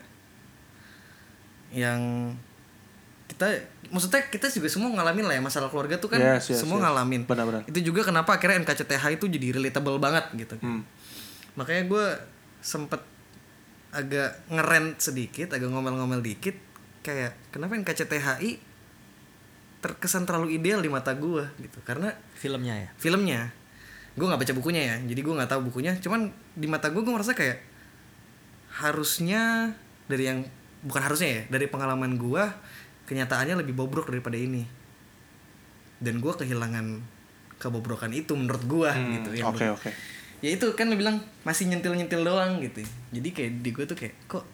Yang kita, maksudnya kita juga semua ngalamin lah ya, masalah keluarga tuh kan yes, yes, semua yes. ngalamin. Benar-benar. Itu juga kenapa akhirnya N K C T H itu jadi relatable banget gitu. Hmm. Makanya gue sempet agak ngerent sedikit, agak ngomel-ngomel dikit, kayak kenapa N K C T H I terkesan terlalu ideal di mata gue gitu. Karena Filmnya ya. filmnya, gue nggak baca bukunya ya, jadi gue nggak tahu bukunya. Cuman di mata gue, gue merasa kayak harusnya dari yang bukan harusnya ya, dari pengalaman gue, kenyataannya lebih bobrok daripada ini. Dan gue kehilangan kebobrokan itu menurut gue hmm, gitu. Oke okay, oke. Okay. Ya itu kan lo bilang masih nyentil-nyentil doang gitu. Jadi kayak di gue tuh kayak kok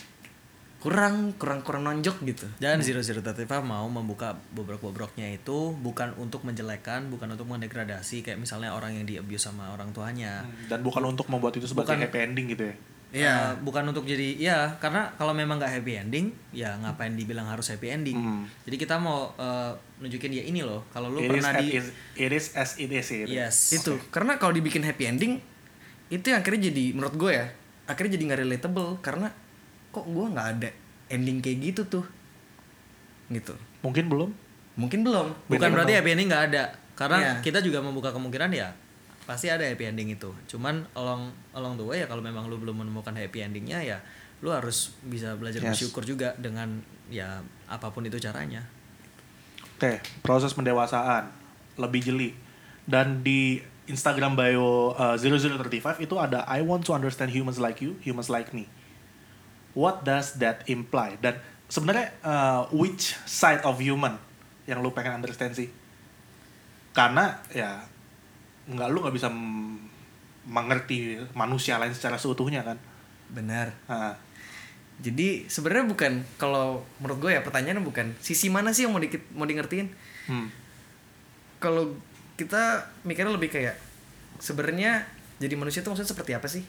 kurang kurang kurang nonjok gitu. Dan Zero Zero tiga puluh lima mau membuka bobrok-bobroknya itu bukan untuk menjelekan, bukan untuk mendegradasi kayak misalnya orang yang di-abuse sama orang tuanya. Dan bukan untuk membuat itu sebagai bukan, happy ending gitu ya. Iya, uh, bukan untuk jadi ya, karena kalau memang nggak happy ending, ya ngapain dibilang harus happy ending. Hmm. Jadi kita mau uh, nunjukin ya ini loh, kalau lu it pernah di is, it is as it is it. Yes. Itu okay. Karena kalau dibikin happy ending itu yang akhirnya jadi, menurut gue ya, akhirnya jadi nggak relatable karena kok gue nggak ada ending kayak gitu tuh, gitu. Mungkin belum. Mungkin belum. Bukan berarti happy ending nggak ada, karena yeah. kita juga membuka kemungkinan ya pasti ada happy ending itu. Cuman along along the way ya kalau memang lu belum menemukan happy endingnya ya lu harus bisa belajar yes. bersyukur juga dengan ya apapun itu caranya. Oke, okay. Proses pendewasaan lebih jeli. Dan di Instagram bio uh, Zero Zero tiga puluh lima itu ada I want to understand humans like you, humans like me. What does that imply? Dan sebenarnya uh, which side of human yang lu pengen understand sih? Karena ya nggak, lu nggak bisa m- mengerti manusia lain secara seutuhnya kan. Benar. Nah. Jadi sebenarnya bukan, kalau menurut gue ya pertanyaannya bukan sisi mana sih yang mau di mau di ngertiin. Hmm. Kalau kita mikirnya lebih kayak sebenarnya jadi manusia itu maksudnya seperti apa sih?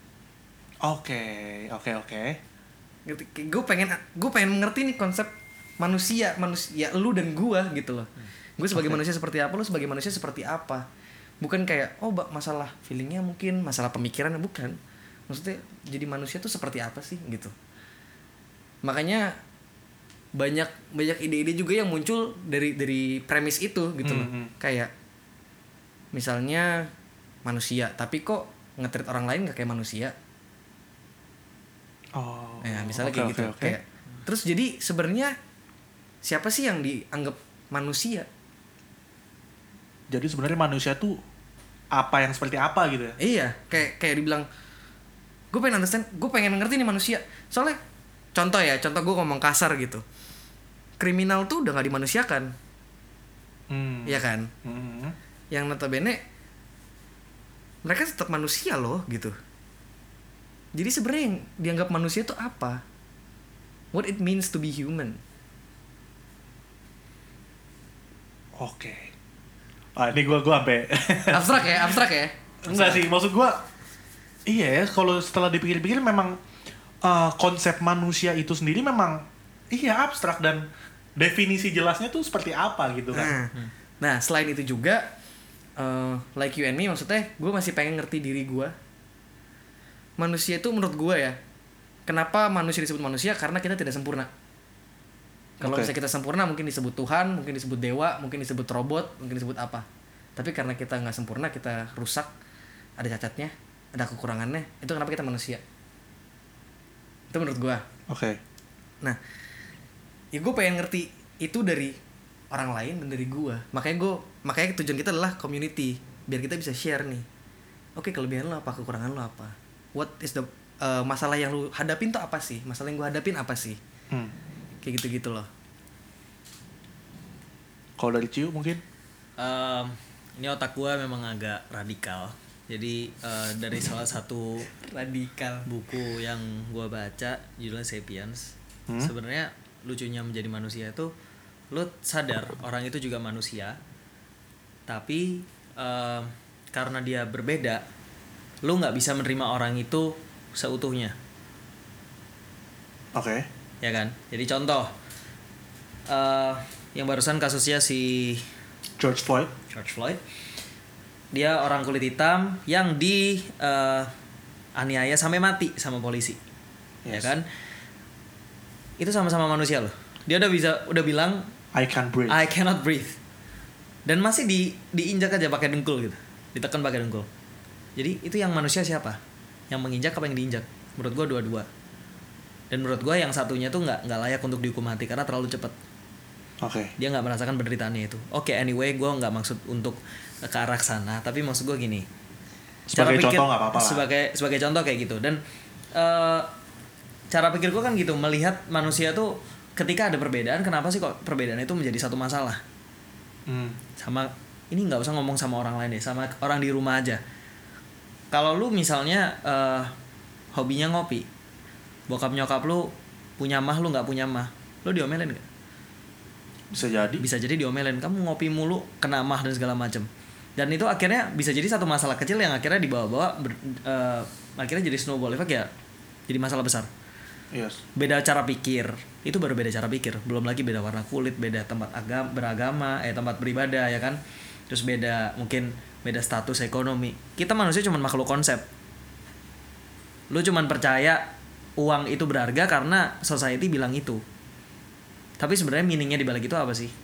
Oke, oke, oke. Gue pengen gue pengen mengerti nih konsep manusia manusia lu dan gue gitu loh. Gue sebagai Okay. manusia seperti apa, lu sebagai manusia seperti apa? Bukan kayak oh bak masalah feelingnya mungkin, masalah pemikirannya bukan. Maksudnya jadi manusia tuh seperti apa sih gitu. Makanya banyak banyak ide-ide juga yang muncul dari dari premis itu gitu loh. Mhm. Kayak misalnya manusia tapi kok nge-treat orang lain gak kayak manusia. Oh. Ya, misalnya oke, kayak oke, gitu. oke. Kayak terus jadi sebenarnya siapa sih yang dianggap manusia? Jadi sebenarnya manusia tuh apa yang seperti apa gitu ya? Iya, kayak kayak dibilang gue pengen understand, gue pengen ngerti nih manusia. Soalnya contoh ya, contoh gue ngomong kasar gitu. Kriminal tuh udah gak dimanusiakan. Hmm. Iya kan? Hmm. Yang notabene mereka tetap manusia loh gitu. Jadi sebenarnya yang dianggap manusia tuh apa? What it means to be human. Oke. Ah, ini gua gua sampai Abstrak ya, abstrak ya. enggak sih, maksud gua iya ya, kalau setelah dipikir-pikir memang uh, konsep manusia itu sendiri memang iya abstrak dan definisi jelasnya tuh seperti apa gitu kan. Nah, nah selain itu juga uh, like you and me maksudnya gue masih pengen ngerti diri gue. Manusia itu menurut gue ya, kenapa manusia disebut manusia? Karena kita tidak sempurna. Kalau Oke. misalnya kita sempurna mungkin disebut Tuhan, mungkin disebut dewa, mungkin disebut robot, mungkin disebut apa. Tapi karena kita nggak sempurna, kita rusak, ada cacatnya, ada kekurangannya. Itu kenapa kita manusia. Itu menurut gue. Oke. Nah, ya gue pengen ngerti itu dari orang lain dan dari gue. Makanya gue, makanya tujuan kita adalah community, biar kita bisa share nih. Oke, kelebihan lo apa, kekurangan lo apa? What is the uh, masalah yang lo hadapin tuh apa sih? Masalah yang gue hadapin apa sih? Hmm. Kayak gitu-gitu loh. Kalau dari Ciu mungkin? Em, ini otak gue memang agak radikal. Jadi eh, dari salah satu Radikal. buku yang gue baca judulnya Sapiens. Hmm? Sebenarnya lucunya menjadi manusia itu lu sadar orang itu juga manusia. Tapi em, karena dia berbeda, lu nggak bisa menerima orang itu seutuhnya. Oke. Ya kan? Jadi contoh eh yang barusan kasusnya si George Floyd. George Floyd, dia orang kulit hitam yang di eh, aniaya sampai mati sama polisi. Ya Yes. kan? Itu sama-sama manusia loh. Dia udah bisa udah bilang I can't breathe. I cannot breathe. Dan masih di diinjak aja pakai dengkul gitu. Ditekan pakai dengkul. Jadi itu yang manusia siapa? Yang menginjak apa yang diinjak? Menurut gua dua-dua. Dan menurut gua yang satunya tuh nggak nggak layak untuk dihukum mati karena terlalu cepat. Oke. Dia nggak merasakan penderitaannya itu. Oke, anyway, gue nggak maksud untuk ke arah sana, tapi maksud gue gini. Sebagai contoh nggak apa-apa lah. Sebagai sebagai contoh kayak gitu. Dan eh, cara pikir gue kan gitu, melihat manusia tuh ketika ada perbedaan, kenapa sih kok perbedaan itu menjadi satu masalah? Hmm. Sama ini nggak usah ngomong sama orang lain deh, sama orang di rumah aja. Kalau lu misalnya eh, hobinya ngopi, bokap nyokap lu punya mah, lu nggak punya mah, lu diomelin nggak? Bisa jadi. Bisa jadi diomelin, kamu ngopi mulu kena mah dan segala macam. Dan itu akhirnya bisa jadi satu masalah kecil yang akhirnya dibawa-bawa ber, uh, akhirnya jadi snowball effect ya, jadi masalah besar. Yes. Beda cara pikir, itu baru beda cara pikir, belum lagi beda warna kulit, beda tempat agama, beragama, eh tempat beribadah ya kan. Terus beda mungkin beda status ekonomi. Kita manusia cuma makhluk konsep. Lu cuma percaya uang itu berharga karena society bilang itu. Tapi sebenarnya meaningnya di balik itu apa sih?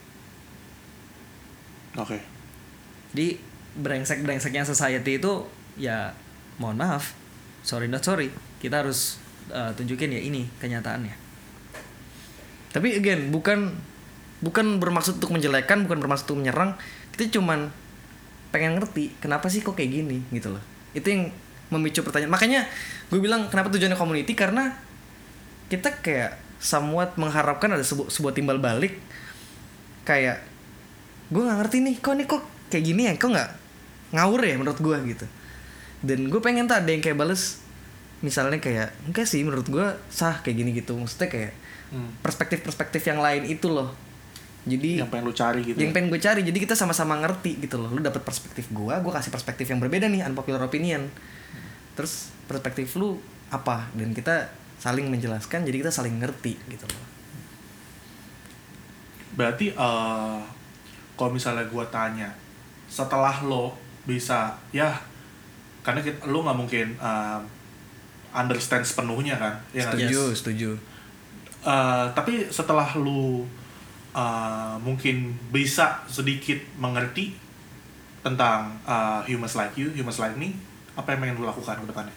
Oke. Di brengsek-brengseknya society itu ya mohon maaf, sorry not sorry, kita harus uh, tunjukin ya ini kenyataannya. Tapi again, bukan bukan bermaksud untuk menjelekan, bukan bermaksud untuk menyerang. Kita cuman pengen ngerti kenapa sih kok kayak gini gitu loh. Itu yang memicu pertanyaan. Makanya gue bilang kenapa tujuannya community, karena kita kayak somewhat mengharapkan ada sebu- sebuah timbal balik. Kayak gue nggak ngerti nih, kok nih kok kayak gini ya, kok nggak ngawur ya menurut gue gitu. Dan gue pengen tuh ada yang kayak bales, misalnya kayak enggak sih menurut gue sah kayak gini gitu. Maksudnya kayak Hmm. perspektif-perspektif yang lain itu loh Jadi yang pengen lu cari gitu. Yang ya? pengen gue cari. Jadi kita sama-sama ngerti gitu loh. Lu dapet perspektif gue, gue kasih perspektif yang berbeda nih, unpopular opinion. Terus perspektif lu apa? Dan kita saling menjelaskan, jadi kita saling ngerti gitu loh. Berarti uh, kalau misalnya gue tanya, setelah lo bisa ya, karena kita, lo nggak mungkin uh, understand sepenuhnya kan? Ya, Setuju, yes. setuju. Uh, tapi setelah lo uh, mungkin bisa sedikit mengerti tentang uh, humans like you, humans like me, apa yang pengen lo lakukan ke depannya?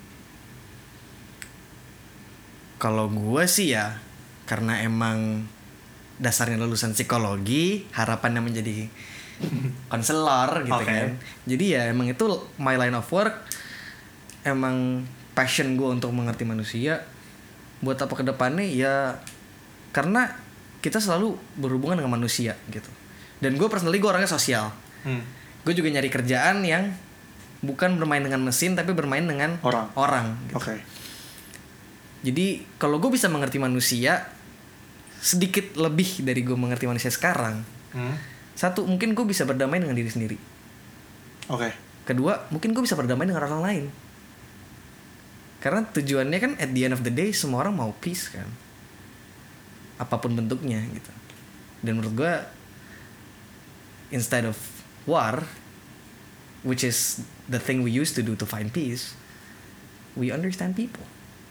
Kalau gue sih ya, karena emang dasarnya lulusan psikologi, harapannya menjadi konselor gitu Okay. kan. Jadi ya emang itu my line of work. Emang passion gue untuk mengerti manusia. Buat apa ke depannya ya, karena kita selalu berhubungan dengan manusia gitu. Dan gue personally gue orangnya sosial. Hmm. Gue juga nyari kerjaan yang bukan bermain dengan mesin tapi bermain dengan Orang. orang gitu. Oke. Okay. Jadi kalau gue bisa mengerti manusia sedikit lebih dari gue mengerti manusia sekarang. Hmm. Satu, mungkin gue bisa berdamai dengan diri sendiri. Oke. Okay. Kedua, mungkin gue bisa berdamai dengan orang lain. Karena tujuannya kan at the end of the day semua orang mau peace kan. Apapun bentuknya gitu. Dan menurut gue instead of war, which is the thing we used to do to find peace, we understand people.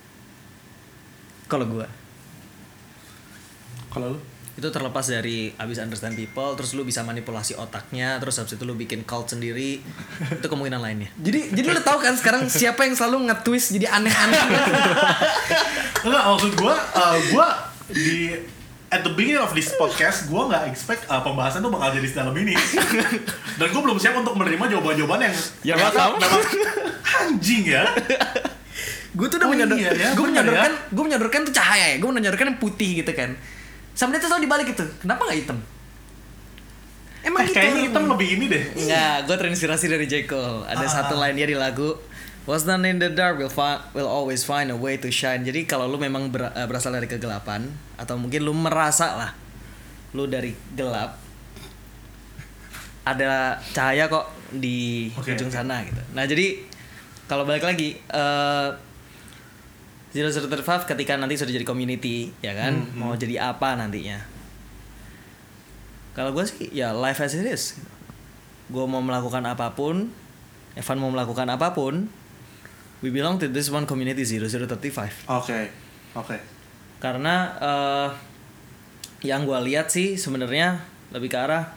Kalau gue. Kalau lu? Itu terlepas dari abis understand people, terus lu bisa manipulasi otaknya, terus habis itu lu bikin cult sendiri, itu kemungkinan lainnya. Jadi jadi lu tahu kan sekarang siapa yang selalu nge-twist jadi aneh-aneh. Enggak, maksud gue, uh, gue di at the beginning of this podcast gue nggak expect uh, pembahasan tuh bakal jadi dalam ini. Dan gue belum siap untuk menerima jawaban-jawaban yang Ya, ternyata bakal. memang anjing ya. Gue tuh udah Oh menyodor, iya ya, gue bener menyodorkan, ya. gue menyodorkan tuh cahaya ya, gue menyodorkan yang putih gitu kan. Sama dia tuh selalu dibalik gitu, kenapa nggak hitam? Emang Eh, gitu. kayaknya hitam lebih ini deh. Enggak, gue terinspirasi dari J. Cole. Ada Ah. satu line dia di lagu "What's done in the dark will fi- will always find a way to shine." Jadi kalau lu memang ber- eh, berasal dari kegelapan, atau mungkin lu merasa lah lu dari gelap, ada cahaya kok di Oke, ujung oke. sana gitu. Nah jadi kalau balik lagi eh Zero Zero Thirty Five ketika nanti sudah jadi community, ya kan, Hmm, mau jadi apa nantinya? Kalau gue sih ya life as it is. Gue mau melakukan apapun, Evan mau melakukan apapun, we belong to this one community Zero Zero Thirty Five. Oke, oke. Karena eh, yang gue lihat sih sebenarnya lebih ke arah,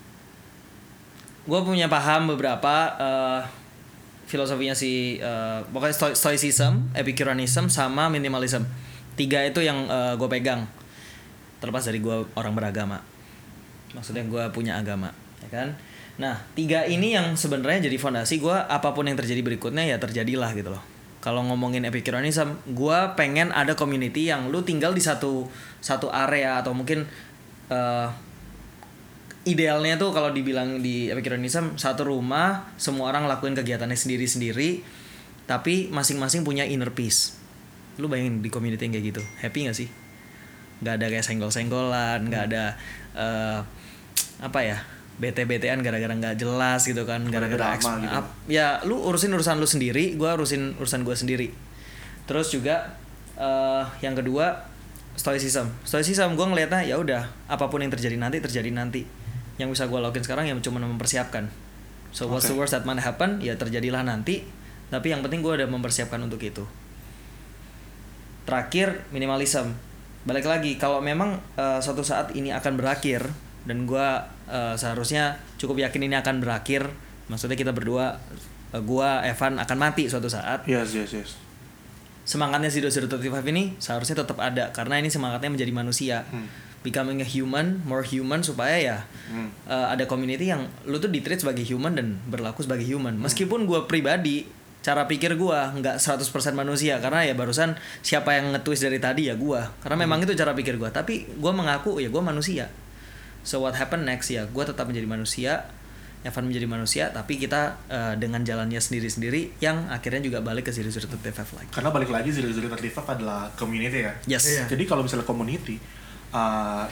gue punya paham beberapa eh, filosofinya si uh, pokoknya stoi- stoicism, epicureanism sama minimalism. Tiga itu yang uh, gue pegang. Terlepas dari gue orang beragama. Maksudnya gue punya agama, ya kan? Nah, tiga ini yang sebenarnya jadi fondasi gue, apapun yang terjadi berikutnya ya terjadilah gitu loh. Kalau ngomongin epicureanism, gue pengen ada community yang lu tinggal di satu satu area atau mungkin uh, idealnya tuh kalau dibilang di epicureanism satu rumah semua orang lakuin kegiatannya sendiri-sendiri tapi masing-masing punya inner peace. Lu bayangin di community yang kayak gitu, happy gak sih? Gak ada kayak senggol-senggolan, gak ada uh, apa ya, bete-betean gara-gara gak jelas gitu kan, gara-gara Drama eks- gitu. ap- ya lu urusin urusan lu sendiri, gua urusin urusan gua sendiri. Terus juga uh, yang kedua stoicism. Stoicism gue ngelihatnya ya udah apapun yang terjadi nanti terjadi nanti. Yang bisa gue lakuin sekarang yang cuma mempersiapkan. So what's Okay. the worst that might happen? Ya terjadilah nanti. Tapi yang penting gue udah mempersiapkan untuk itu. Terakhir minimalism. Balik lagi kalau memang uh, suatu saat ini akan berakhir dan gue uh, seharusnya cukup yakin ini akan berakhir. Maksudnya kita berdua, uh, gue Evan akan mati suatu saat. Yes, yes, yes. Semangatnya Zero Zero Thirty Five ini seharusnya tetap ada karena ini semangatnya menjadi manusia. Hmm. Becoming a human, more human supaya ya Hmm. uh, ada community yang lu tuh di-treat sebagai human dan berlaku sebagai human. Meskipun gue pribadi cara pikir gue nggak seratus persen manusia karena ya barusan siapa yang nge-twist dari tadi ya gue. Karena memang itu cara pikir gue. Tapi gue mengaku ya gue manusia. So what happen next ya gue tetap menjadi manusia. Evan menjadi manusia tapi kita uh, dengan jalannya sendiri-sendiri yang akhirnya juga balik ke Zero Zero Thirty Five lagi. Karena balik lagi Zero Zero Thirty Five adalah community ya. Yes. Iya. Jadi kalau misalnya community, uh,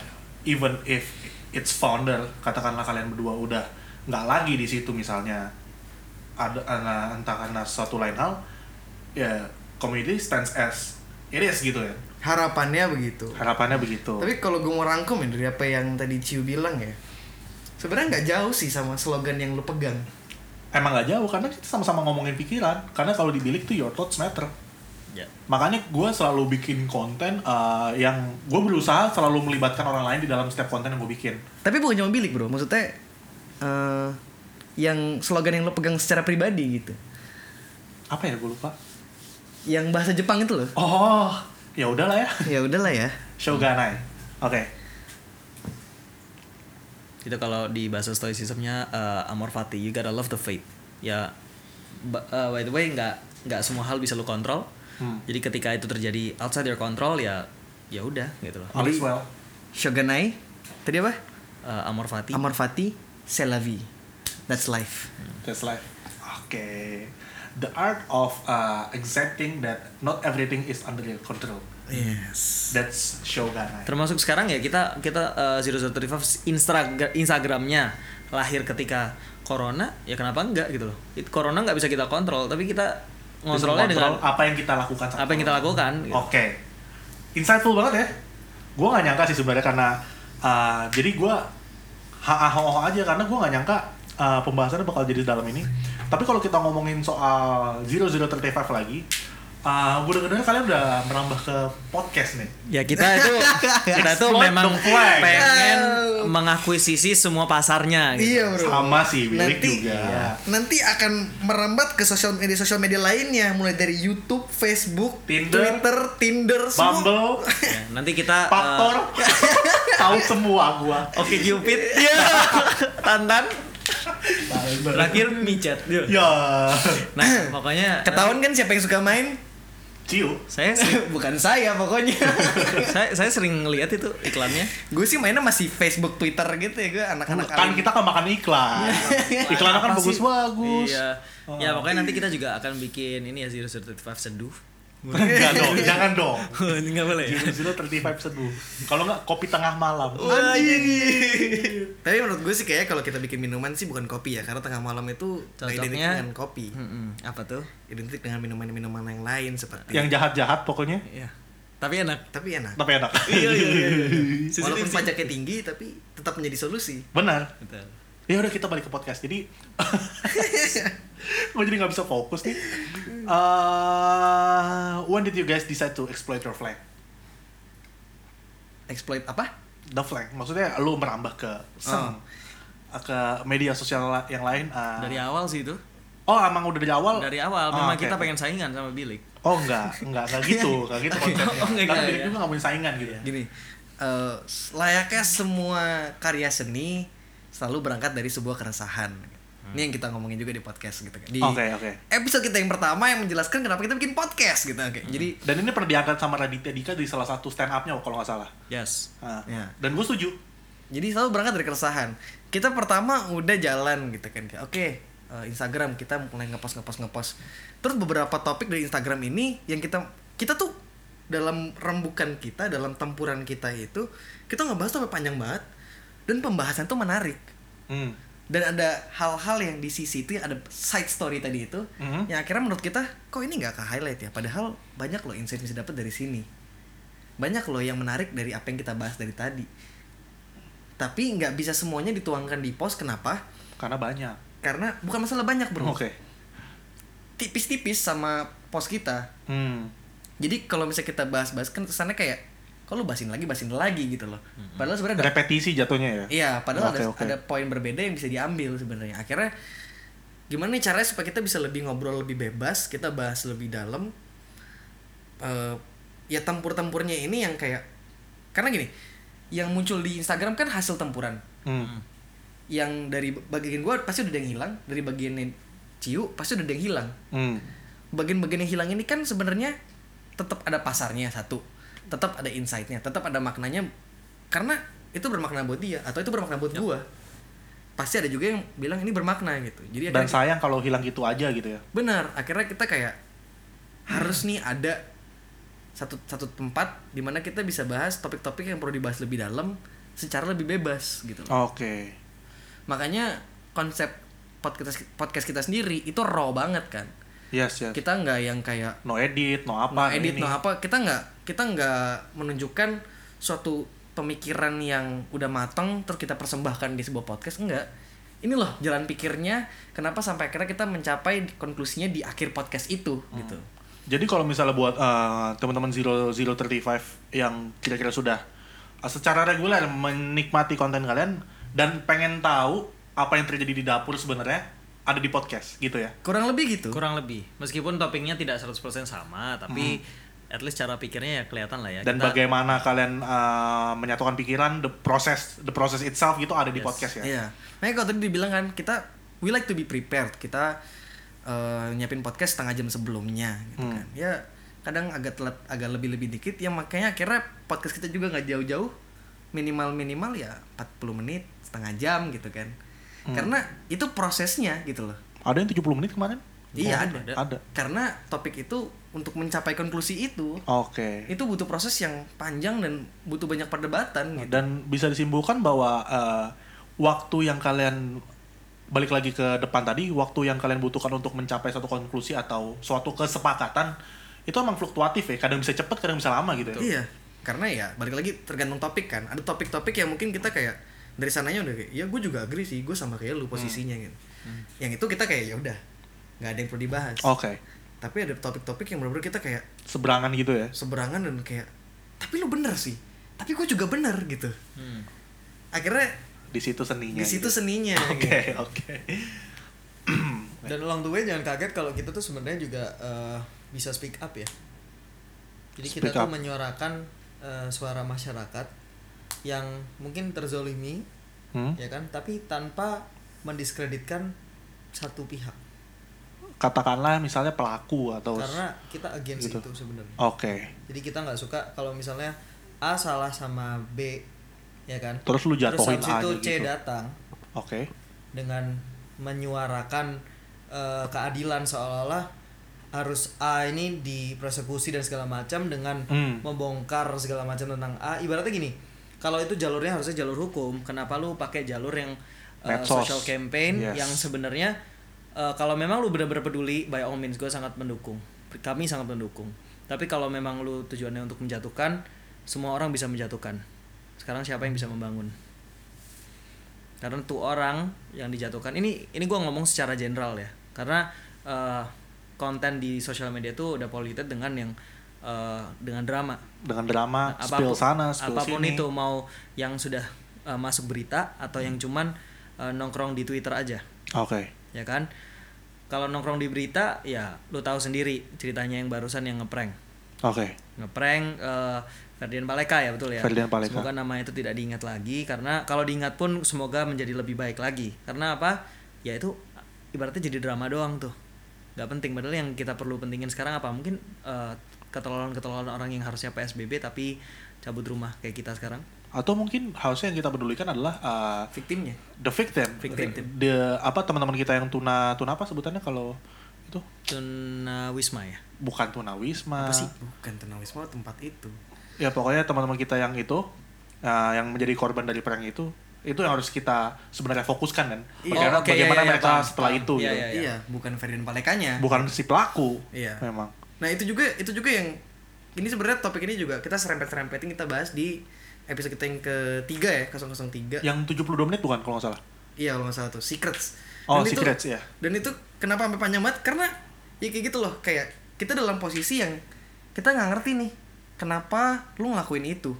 even if its founder, katakanlah kalian berdua udah nggak lagi di situ misalnya, ada uh, entah karena suatu lain hal, ya community stands as it is gitu ya. Harapannya begitu. Harapannya begitu. Tapi kalau gue mau rangkum ya dari apa yang tadi Ciu bilang ya, sebenarnya nggak jauh sih sama slogan yang lu pegang. Emang nggak jauh karena kita sama-sama ngomongin pikiran. Karena kalau di bilik tuh your thoughts matter. Ya. Makanya gue selalu bikin konten uh, yang gue berusaha selalu melibatkan orang lain di dalam setiap konten yang gue bikin. Tapi bukan cuma bilik bro, maksudnya uh, yang slogan yang lo pegang secara pribadi gitu. Apa ya gue lupa. Yang bahasa Jepang itu loh. Oh, ya udahlah ya. Ya udahlah ya. Shogunai. Oke. Okay. Itu kalau di bahasa stoicismnya uh, amor fati, you gotta love the fate. Ya, b- uh, by the way nggak nggak semua hal bisa lo kontrol. Hmm. Jadi ketika itu terjadi outside your control ya ya udah gitu loh. All is well. Shogunai. Tadi apa? Uh, amor fati. Amor fati, c'est la vie. That's life. That's life. Oke. Okay. The art of uh, accepting that not everything is under your control. Yes. That's Shogunai. Termasuk sekarang ya kita kita uh, zero zero lima Instagram Instagramnya lahir ketika corona, ya kenapa enggak gitu loh. It, corona nggak bisa kita kontrol, tapi kita ngontrolnya dengan apa yang kita lakukan. Apa yang kita lakukan. Gitu. Oke. Okay. Insightful banget ya. Gue nggak nyangka sih sebenarnya karena uh, jadi gue ha-ha-ho aja karena gue nggak nyangka uh, pembahasannya bakal jadi dalam ini. Tapi kalau kita ngomongin soal zero zero tiga lima lagi, uh, gue denger kalian udah merambah ke podcast nih. Ya kita itu kita itu memang pengen mengakuisisi semua pasarnya gitu. Iya bro. Sama sih, Bilik nanti, juga. Iya. Nanti akan merambat ke sosial media sosial media lainnya, mulai dari YouTube, Facebook, Tinder, Twitter, Tinder, semua. Bumble, Ya, nanti kita Faktor, uh, tahu semua gua. Oke Cupid, Tantan, terakhir micet. Ya. Nah pokoknya Ketahuan kan siapa yang suka main? Ciu. saya sering, Bukan saya pokoknya. saya saya sering ngeliat itu iklannya. Gue sih mainnya masih Facebook, Twitter gitu ya, gue anak-anak Kan kita kan makan iklan. Iklannya kan Apa sih? bagus-bagus. Iya. Oh. Ya pokoknya nanti kita juga akan bikin ini ya zero zero lima seduh. Enggak dong, jangan dong. Enggak boleh. zero zero tiga lima seduh. Kalau enggak kopi tengah malam. Tapi menurut gue sih kayak kalau kita bikin minuman sih bukan kopi ya, karena tengah malam itu Cocoknya- identik dengan kopi. Mm-mm. Apa tuh? Identik dengan minuman-minuman yang lain seperti. Yang jahat-jahat pokoknya. Iya. Tapi enak. Tapi enak. Tapi enak. Iya iya iya. Walaupun pajaknya tinggi tapi tetap menjadi solusi. Benar. Betul. Ya udah kita balik ke podcast. Jadi gue jadi nggak bisa fokus nih. Uh, when did you guys decide to exploit your flag? Exploit apa? The flag. Maksudnya lu merambah ke seng, ke media sosial la- yang lain. Uh, Dari awal sih itu. Oh, emang udah dari awal? Dari awal Oh, memang oke, kita oke. pengen saingan sama Bilik. Oh enggak, enggak, enggak gitu, enggak gitu konsepnya. Oh, enggak, Karena enggak, Bilik ya. juga nggak punya saingan gitu ya. Gini, eh, layaknya semua karya seni selalu berangkat dari sebuah keresahan. Ini yang kita ngomongin juga di podcast gitu kan. Di Oke, oke. episode kita yang pertama yang menjelaskan kenapa kita bikin podcast gitu. Oke. Jadi Dan ini pernah diangkat sama Raditya Dika di salah satu stand up-nya kalau nggak salah. Yes. Nah, Ya. Dan gue setuju. Jadi selalu berangkat dari keresahan. Kita pertama udah jalan gitu kan. Kayak, Oke, eh, Instagram kita mulai ngepost ngepost ngepost. Terus beberapa topik dari Instagram ini yang kita kita tuh dalam rembukan kita, dalam tempuran kita itu, kita ngebahas tuh sampai panjang banget dan pembahasan tuh menarik. Hmm. Dan ada hal-hal yang di sisi itu yang ada side story tadi itu, Mhm. yang akhirnya menurut kita kok ini nggak ke highlight ya, padahal banyak loh insight yang bisa dapat dari sini, banyak loh yang menarik dari apa yang kita bahas dari tadi. Tapi nggak bisa semuanya dituangkan di post. Kenapa? Karena banyak. Karena bukan masalah banyak bro, Oke. tipis-tipis sama post kita. Hmm. Jadi kalau misalnya kita bahas-bahas kan kesannya kayak kalau bahasin lagi bahasin lagi gitu loh. Padahal sebenarnya ada- Repetisi jatuhnya ya. Iya, padahal Oke, ada oke. ada poin berbeda yang bisa diambil sebenarnya. Akhirnya gimana nih caranya supaya kita bisa lebih ngobrol lebih bebas, kita bahas lebih dalam. Eh, ya tempur-tempurnya ini yang kayak karena gini, yang muncul di Instagram kan hasil tempuran. Hmm. Yang dari bagian gue pasti udah ada yang hilang, dari bagian Ciu pasti udah ada yang hilang. Hmm. Bagian-bagian yang hilang ini kan sebenarnya tetap ada pasarnya satu, tetap ada insight-nya, tetap ada maknanya karena itu bermakna buat dia atau itu bermakna buat gua. Pasti ada juga yang bilang ini bermakna gitu. Jadi Dan akhirnya- sayang kalau hilang gitu aja gitu ya. benar, akhirnya kita kayak harus nih ada satu satu tempat di mana kita bisa bahas topik-topik yang perlu dibahas lebih dalam secara lebih bebas gitu. Oke. Makanya konsep podcast podcast kita sendiri itu raw banget kan. Yes, yes. Kita nggak yang kayak No edit, no apa. no edit, ini. no apa. Kita nggak kita nggak menunjukkan suatu pemikiran yang udah matang terus kita persembahkan di sebuah podcast, enggak. Ini loh jalan pikirnya, kenapa sampai akhirnya kita mencapai konklusinya di akhir podcast itu Hmm. gitu. Jadi kalau misalnya buat uh, teman-teman zero zero tiga lima yang kira-kira sudah uh, secara reguler menikmati konten kalian dan pengen tahu apa yang terjadi di dapur sebenarnya ada di podcast gitu ya. Kurang lebih gitu. Kurang lebih. Meskipun topiknya tidak seratus persen sama, tapi Hmm. at least cara pikirnya ya kelihatan lah ya. Dan Kita- bagaimana kalian uh, menyatukan pikiran, the process the process itself gitu ada di Yes. podcast ya. Iya. Makanya kalau tadi dibilang kan kita we like to be prepared. Kita uh, nyiapin podcast setengah jam sebelumnya gitu Hmm. kan. Ya kadang agak telat, agak lebih-lebih dikit ya, makanya akhirnya podcast kita juga nggak jauh-jauh, minimal-minimal ya empat puluh menit, setengah jam gitu kan. Hmm. Karena itu prosesnya gitu loh. Ada yang tujuh puluh menit kemarin? Iya Oh, ada. ada. Ada. Karena topik itu untuk mencapai konklusi itu Oke. itu butuh proses yang panjang dan butuh banyak perdebatan gitu. Dan bisa disimpulkan bahwa uh, waktu yang kalian balik lagi ke depan tadi, waktu yang kalian butuhkan untuk mencapai suatu konklusi atau suatu kesepakatan itu emang fluktuatif ya. Kadang bisa cepat, kadang bisa lama gitu ya. Iya, karena ya balik lagi tergantung topik kan. Ada topik-topik yang mungkin kita kayak dari sananya udah kayak, ya gue juga agree sih, gue sama kayak lu posisinya gitu. Yang itu kita kayak ya udah, nggak ada yang perlu dibahas. Oke. Tapi ada topik-topik yang benar-benar kita kayak Seberangan gitu ya. seberangan dan kayak, tapi lu bener sih, tapi gue juga bener gitu. Hmm. Akhirnya Di situ seninya. di situ gitu. seninya. Oke, gitu. oke. Dan along the way jangan kaget kalau kita tuh sebenarnya juga uh, bisa speak up ya. Jadi kita Speak tuh up. menyuarakan uh, suara masyarakat yang mungkin terzolimi, Hmm? ya kan? Tapi tanpa mendiskreditkan satu pihak. Katakanlah misalnya pelaku atau Karena kita against gitu. itu sebenarnya. Oke. Jadi kita nggak suka kalau misalnya A salah sama B, ya kan? Terus lu jatuhin Terus habis itu A-nya C gitu. datang Oke. dengan menyuarakan eh, keadilan seolah-olah harus A ini dipersekusi dan segala macam dengan Hmm. membongkar segala macam tentang A. Ibaratnya gini, kalau itu jalurnya harusnya jalur hukum, kenapa lu pakai jalur yang eh, Medsos. social campaign Yes. yang sebenarnya eh, kalau memang lu benar-benar peduli, by all means gue sangat mendukung. Kami sangat mendukung. Tapi kalau memang lu tujuannya untuk menjatuhkan, semua orang bisa menjatuhkan. Sekarang siapa yang bisa membangun? Karena tuh orang yang dijatuhkan ini ini gue ngomong secara general ya, karena eh, konten di sosial media tuh udah polluted dengan yang eh, dengan drama. Dengan drama, Nah, spill sana, spill apapun sini. itu, mau yang sudah eh, masuk berita atau yang cuman eh, nongkrong di Twitter aja, Oke. ya kan? Kalau nongkrong di berita, ya lu tahu sendiri ceritanya yang barusan yang ngeprank, Oke. ngeprank eh, Ferdian Paleka ya, betul ya. Ferdian Paleka. Semoga nama itu tidak diingat lagi, karena kalau diingat pun semoga menjadi lebih baik lagi. Karena apa? Ya itu ibaratnya jadi drama doang tuh, nggak penting. Padahal yang kita perlu pentingin sekarang apa? Mungkin eh, ketololan-ketololan orang yang harusnya P S B B tapi cabut rumah kayak kita sekarang. Atau mungkin harusnya yang kita pedulikan adalah uh, Victimnya. the victim. Victim. The apa teman-teman kita yang tuna tuna apa sebutannya kalau itu Tunawisma ya. bukan tunawisma. Apa sih? Bukan tunawisma tempat itu. Ya pokoknya teman-teman kita yang itu uh, yang menjadi korban dari perang itu itu yang harus kita sebenarnya fokuskan kan. Iya. Bagaimana, Oh, oke, bagaimana iya, iya, mereka paham, setelah paham. itu Iya, gitu. iya, Iya, bukan Ferdian Palekanya. Bukan si pelaku. Iya. Memang. Nah itu juga itu juga yang ini sebenarnya topik ini juga kita serempet-serempetin kita bahas di episode kita yang ketiga ya nol nol tiga. Yang tujuh puluh dua menit bukan kalau nggak salah. Iya kalau nggak salah tuh Secrets. Oh, Dan itu- Secrets, iya. Dan itu kenapa sampai panjang banget? Karena ya kayak gitu loh, kayak kita dalam posisi yang kita nggak ngerti nih kenapa lu ngelakuin itu.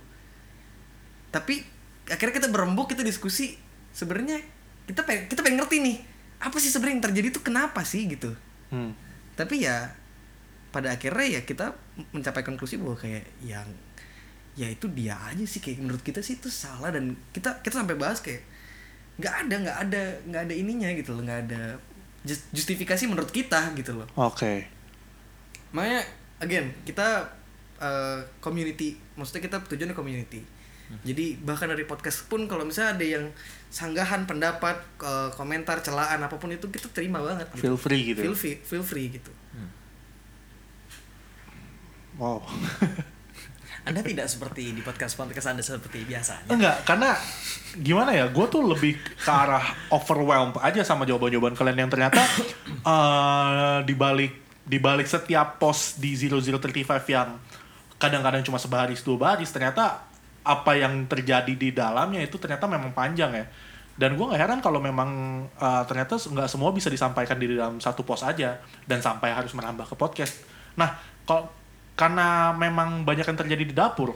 Tapi akhirnya kita berembuk, kita diskusi. Sebenarnya kita pengen kita pengen ngerti nih apa sih sebenarnya yang terjadi tuh kenapa sih gitu. Hmm. Tapi ya pada akhirnya ya kita mencapai konklusi bahwa kayak yang ya itu dia aja sih, kayak menurut kita sih itu salah. Dan kita kita sampai bahas kayak nggak ada nggak ada nggak ada ininya gitu loh, nggak ada just- justifikasi menurut kita gitu loh. Oke. Makanya again kita uh, community, maksudnya kita tujuannya community. Jadi bahkan dari podcast pun kalau misalnya ada yang sanggahan pendapat, uh, komentar, celaan apapun itu kita terima banget gitu. Feel free gitu. Feel free, feel free gitu. Wow. Anda tidak seperti di podcast-podcast Anda seperti biasanya. Enggak, karena gimana ya, gue tuh lebih ke arah overwhelmed aja sama jawaban-jawaban kalian yang ternyata uh, di balik di balik setiap post di zero zero tiga lima yang kadang-kadang cuma sebaris dua baris, ternyata apa yang terjadi di dalamnya itu ternyata memang panjang ya. Dan gue nggak heran kalau memang uh, ternyata nggak semua bisa disampaikan di dalam satu post aja dan sampai harus merambah ke podcast. Nah, kalau karena memang banyak yang terjadi di dapur,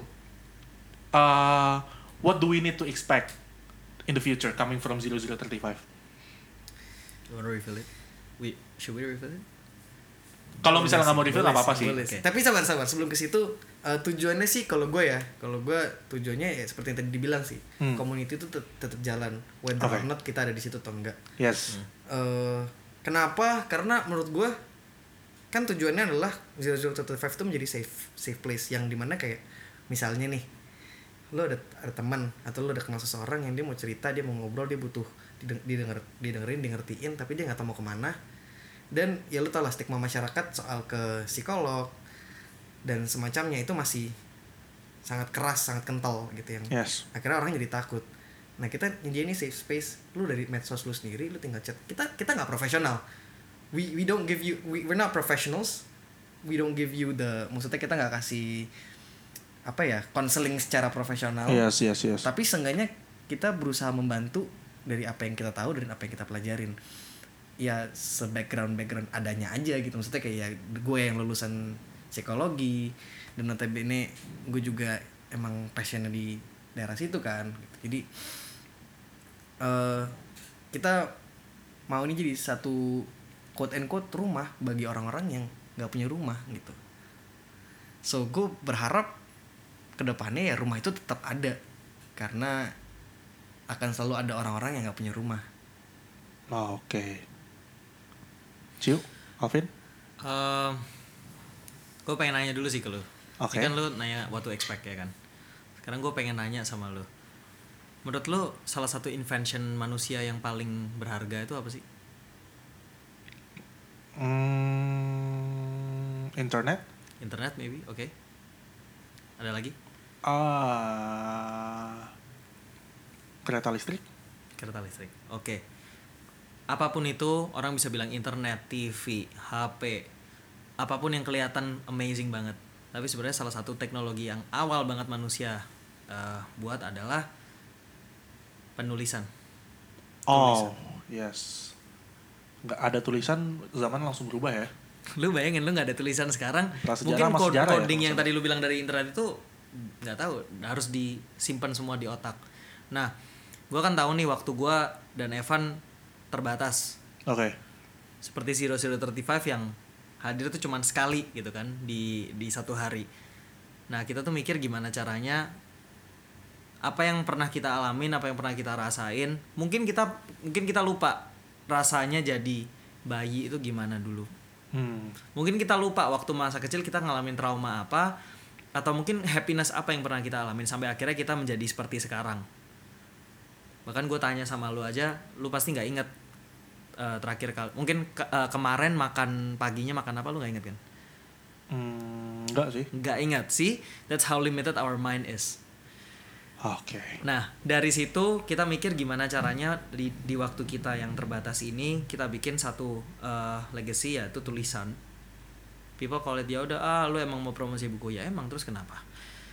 uh, what do we need to expect in the future coming from zero zero three five? You wanna refill it? We should we refill it? Kalau misalnya nggak mau refill Boleh apa apa sih, sih? boleh sih. Tapi sabar-sabar sebelum ke situ, uh, tujuannya sih kalau gue ya, kalau gue tujuannya ya seperti yang tadi dibilang sih, Hmm. community itu tet- tetap jalan, whether Okay. or not kita ada di situ atau enggak. Yes. Uh, kenapa? Karena menurut gue kan tujuannya adalah zero zero tiga lima itu menjadi safe safe place yang dimana kayak misalnya nih lo ada ada teman atau lo ada kenal seseorang yang dia mau cerita, dia mau ngobrol, dia butuh dideng- didengar didengerin, di ngertiin, tapi dia nggak tahu mau kemana. Dan ya lo tau lah stigma masyarakat soal ke psikolog dan semacamnya itu masih sangat keras, sangat kental gitu yang Yes. akhirnya orang jadi takut. Nah kita nyediain ini safe space, lu dari medsos lu sendiri, lu tinggal chat. Kita kita nggak profesional. We we don't give you, we we're not professionals. We don't give you the, maksudnya kita nggak kasih apa ya, counseling secara profesional. Yes, yes, yes. Tapi seenggaknya kita berusaha membantu dari apa yang kita tahu dan apa yang kita pelajarin. Ya se-background background adanya aja gitu. Maksudnya kayak ya gue yang lulusan psikologi dan notabene gue juga emang passionnya di daerah situ kan. Jadi uh, kita mau ini jadi satu quote and quote rumah bagi orang-orang yang nggak punya rumah gitu. So gue berharap kedepannya ya rumah itu tetap ada karena akan selalu ada orang-orang yang nggak punya rumah. Oh, oke. Okay. Ciu, Alvin? Um, gue pengen nanya dulu sih ke lu. Oke. Ini kan lu nanya what to expect ya kan. Sekarang gue pengen nanya sama lu. Menurut lu salah satu invention manusia yang paling berharga itu apa sih? Hmm, internet? Internet maybe, oke. Okay. Ada lagi? Ah, kereta listrik? Kereta listrik. Oke. Okay. Apapun itu, orang bisa bilang internet, T V, H P, apapun yang kelihatan amazing banget. Tapi sebenarnya salah satu teknologi yang awal banget manusia uh, buat adalah penulisan. Oh, yes. Nggak ada tulisan, zaman langsung berubah ya. Lu bayangin lu nggak ada tulisan sekarang, Prasejarah mungkin sama code, sejarah ya, coding yang maksudnya. tadi lu bilang dari internet itu nggak tahu, harus disimpan semua di otak. Nah, gua kan tahu nih waktu gua dan Evan terbatas. Oke. Okay. Seperti zero zero tiga lima yang hadir tuh cuman sekali gitu kan di di satu hari. Nah, kita tuh mikir gimana caranya apa yang pernah kita alamin, apa yang pernah kita rasain, mungkin kita mungkin kita lupa rasanya jadi bayi itu gimana dulu. Hmm. Mungkin kita lupa waktu masa kecil kita ngalamin trauma apa, atau mungkin happiness apa yang pernah kita alamin sampai akhirnya kita menjadi seperti sekarang. Bahkan gue tanya sama lu aja, lu pasti nggak inget uh, terakhir kali. Mungkin ke, uh, kemarin makan paginya makan apa, lu nggak inget kan? Hmm, enggak sih. Nggak inget sih. That's how limited our mind is. Oke. Okay. Nah, dari situ kita mikir gimana caranya di, di waktu kita yang terbatas ini kita bikin satu uh, legacy, yaitu tulisan. People call it ya udah ah lu emang mau promosi buku, ya emang, terus kenapa?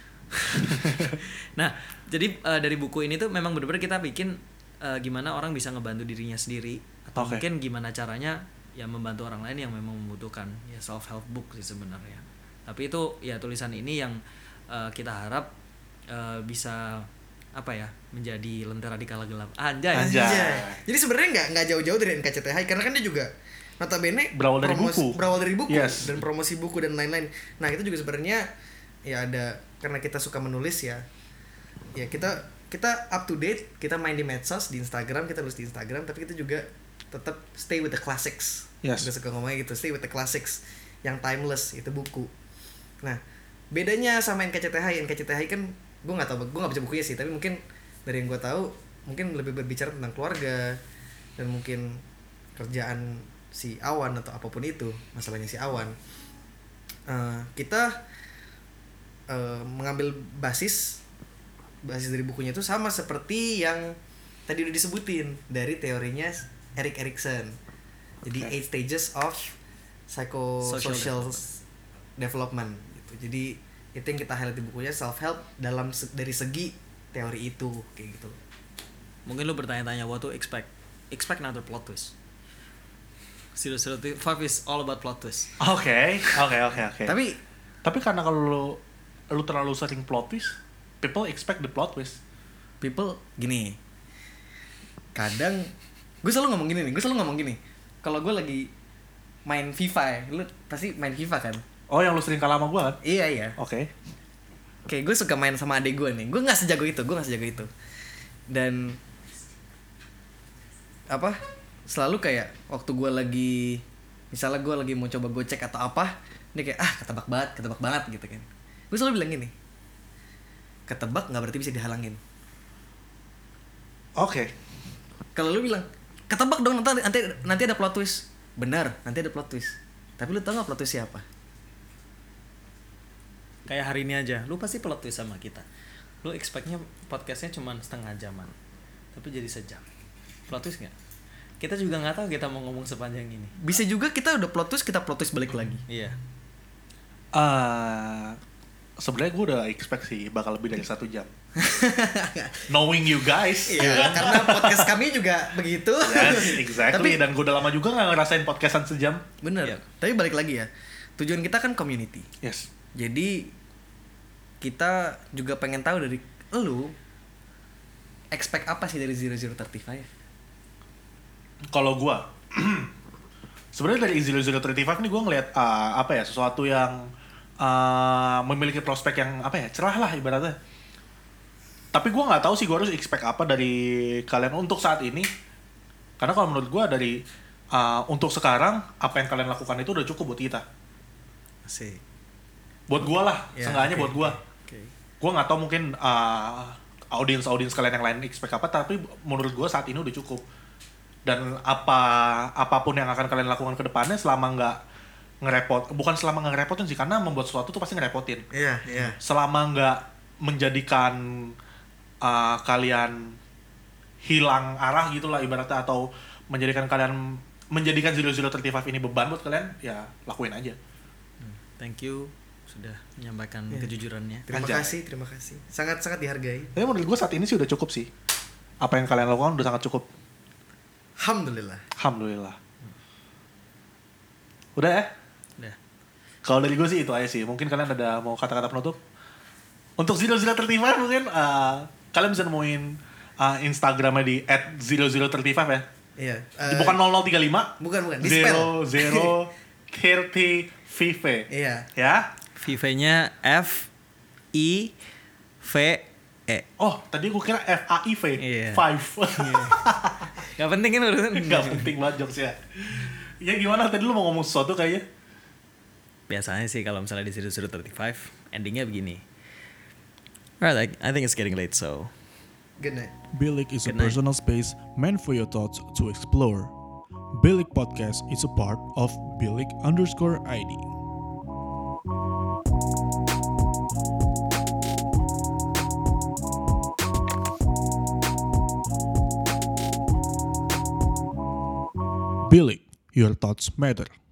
Nah, jadi uh, dari buku ini tuh memang benar-benar kita bikin uh, gimana orang bisa ngebantu dirinya sendiri atau Okay. mungkin gimana caranya ya membantu orang lain yang memang membutuhkan, ya self help book sih sebenarnya. Tapi itu ya tulisan ini yang uh, kita harap Uh, bisa apa ya menjadi lentera di kala gelap. Anjay. Anjay. Anjay. Jadi sebenarnya nggak nggak jauh-jauh dari N K C T H I karena kan dia juga notabene Berawal dari buku. berawal dari buku Yes. dan promosi buku dan lain-lain. Nah itu juga sebenarnya ya ada karena kita suka menulis ya. Ya kita kita up to date, kita main di medsos, di Instagram, kita tulis di Instagram, tapi kita juga tetap stay with the classics. Yes. Kita suka ngomongnya gitu, stay with the classics yang timeless, itu buku. Nah bedanya sama N K C T H I, N K C T H I kan gue nggak tahu, gue nggak baca bukunya sih, tapi mungkin dari yang gue tahu mungkin lebih berbicara tentang keluarga dan mungkin kerjaan si Awan atau apapun itu masalahnya si Awan. Uh, kita uh, mengambil basis basis dari bukunya itu sama seperti yang tadi udah disebutin dari teorinya Erik Erikson. Jadi Okay. eight stages of psychosocial Social development gitu. Jadi itu yang kita highlight di bukunya, self help dalam se- dari segi teori itu kayak gitu. Mungkin lu bertanya-tanya what to expect. Expect another plot twist. zero zero five is all about plot twist. Oke, oke, oke, oke. Tapi Tapi karena kalau lu, lu terlalu sering plot twist, people expect the plot twist. people gini, kadang gue selalu ngomong gini nih, gue selalu ngomong gini. Kalau gue lagi main FIFA, ya, lu pasti main FIFA kan? Oh, yang lu sering kalah sama gua kan? Iya iya. Oke. Kayak gue suka main sama adik gue nih. Gue nggak sejago itu, gue nggak sejago itu. Dan apa? Selalu kayak waktu gue lagi, misalnya gue lagi mau coba gocek atau apa, dia kayak ah ketebak banget, ketebak banget gitu kan. Gue selalu bilang gini, ketebak nggak berarti bisa dihalangin. Oke. Kalau lu bilang ketebak dong, nanti nanti nanti ada plot twist. Benar, nanti ada plot twist. Tapi lu tau gak plot twist siapa? Kayak hari ini aja, lu pasti plot twist sama kita. Lu expectnya podcastnya cuma setengah jaman, tapi jadi sejam. Plot twist nggak? Kita juga nggak tahu kita mau ngomong sepanjang ini. Bisa juga kita udah plot twist, kita plot twist balik lagi. Iya. Uh, sebenarnya gue udah expect sih bakal lebih dari satu jam. Knowing you guys. Iya, karena podcast kami juga begitu. Yes, exactly. Tapi Dan gue udah lama juga gak ngerasain podcastan sejam. bener. Iya. Tapi balik lagi ya. Tujuan kita kan community. Yes. Jadi kita juga pengen tahu dari lu expect apa sih dari zero zero three five? Kalau gue, sebenarnya dari zero zero three five nih gue ngeliat uh, apa ya, sesuatu yang uh, memiliki prospek yang apa ya, cerah lah ibaratnya. Tapi gue nggak tahu sih gue harus expect apa dari kalian untuk saat ini. Karena kalau menurut gue dari uh, untuk sekarang apa yang kalian lakukan itu udah cukup buat kita. Asik. Buat gue lah, Ya, seenggaknya oke. buat gue. Oke. Gue nggak tahu mungkin uh, audiens-audiens kalian yang lain expect apa, tapi menurut gue saat ini udah cukup. Dan apa apapun yang akan kalian lakukan ke depannya selama nggak ngerepot, bukan selama nggak ngerepotin sih, karena membuat sesuatu tuh pasti ngerepotin. Iya, iya. Selama nggak menjadikan uh, kalian hilang arah gitulah ibaratnya, atau menjadikan kalian menjadikan zero zero three five ini beban buat kalian, ya lakuin aja. Thank you sudah menyampaikan Iya. kejujurannya. Terima Anjay. kasih, terima kasih. Sangat-sangat dihargai. Tapi menurut gue saat ini sih udah cukup sih. Apa yang kalian lakukan udah sangat cukup. Alhamdulillah. Alhamdulillah. Udah ya? Udah. Kalau dari gue sih itu aja sih. Mungkin kalian ada mau kata-kata penutup? Untuk zero zero three five mungkin uh, kalian bisa nemuin uh, Instagramnya di at zero zero three five ya. Iya. Bukan nol nol tiga lima. Bukan, bukan. Di spell. zero zero tiga puluh. Iya. Ya. Vive-nya F I V E. Oh, tadi gue kira F A I V. Iya. Five. Gak penting kan urusan. Gak penting banget jokes ya. Ya gimana tadi lu mau ngomong sesuatu kayaknya? Biasanya sih kalau misalnya di zero zero three five endingnya begini. Alright, I think it's getting late, so Good night. Bilik is a Good night. personal space meant for your thoughts to explore. Bilik Podcast is a part of Bilik underscore I D. Bilik, your thoughts matter.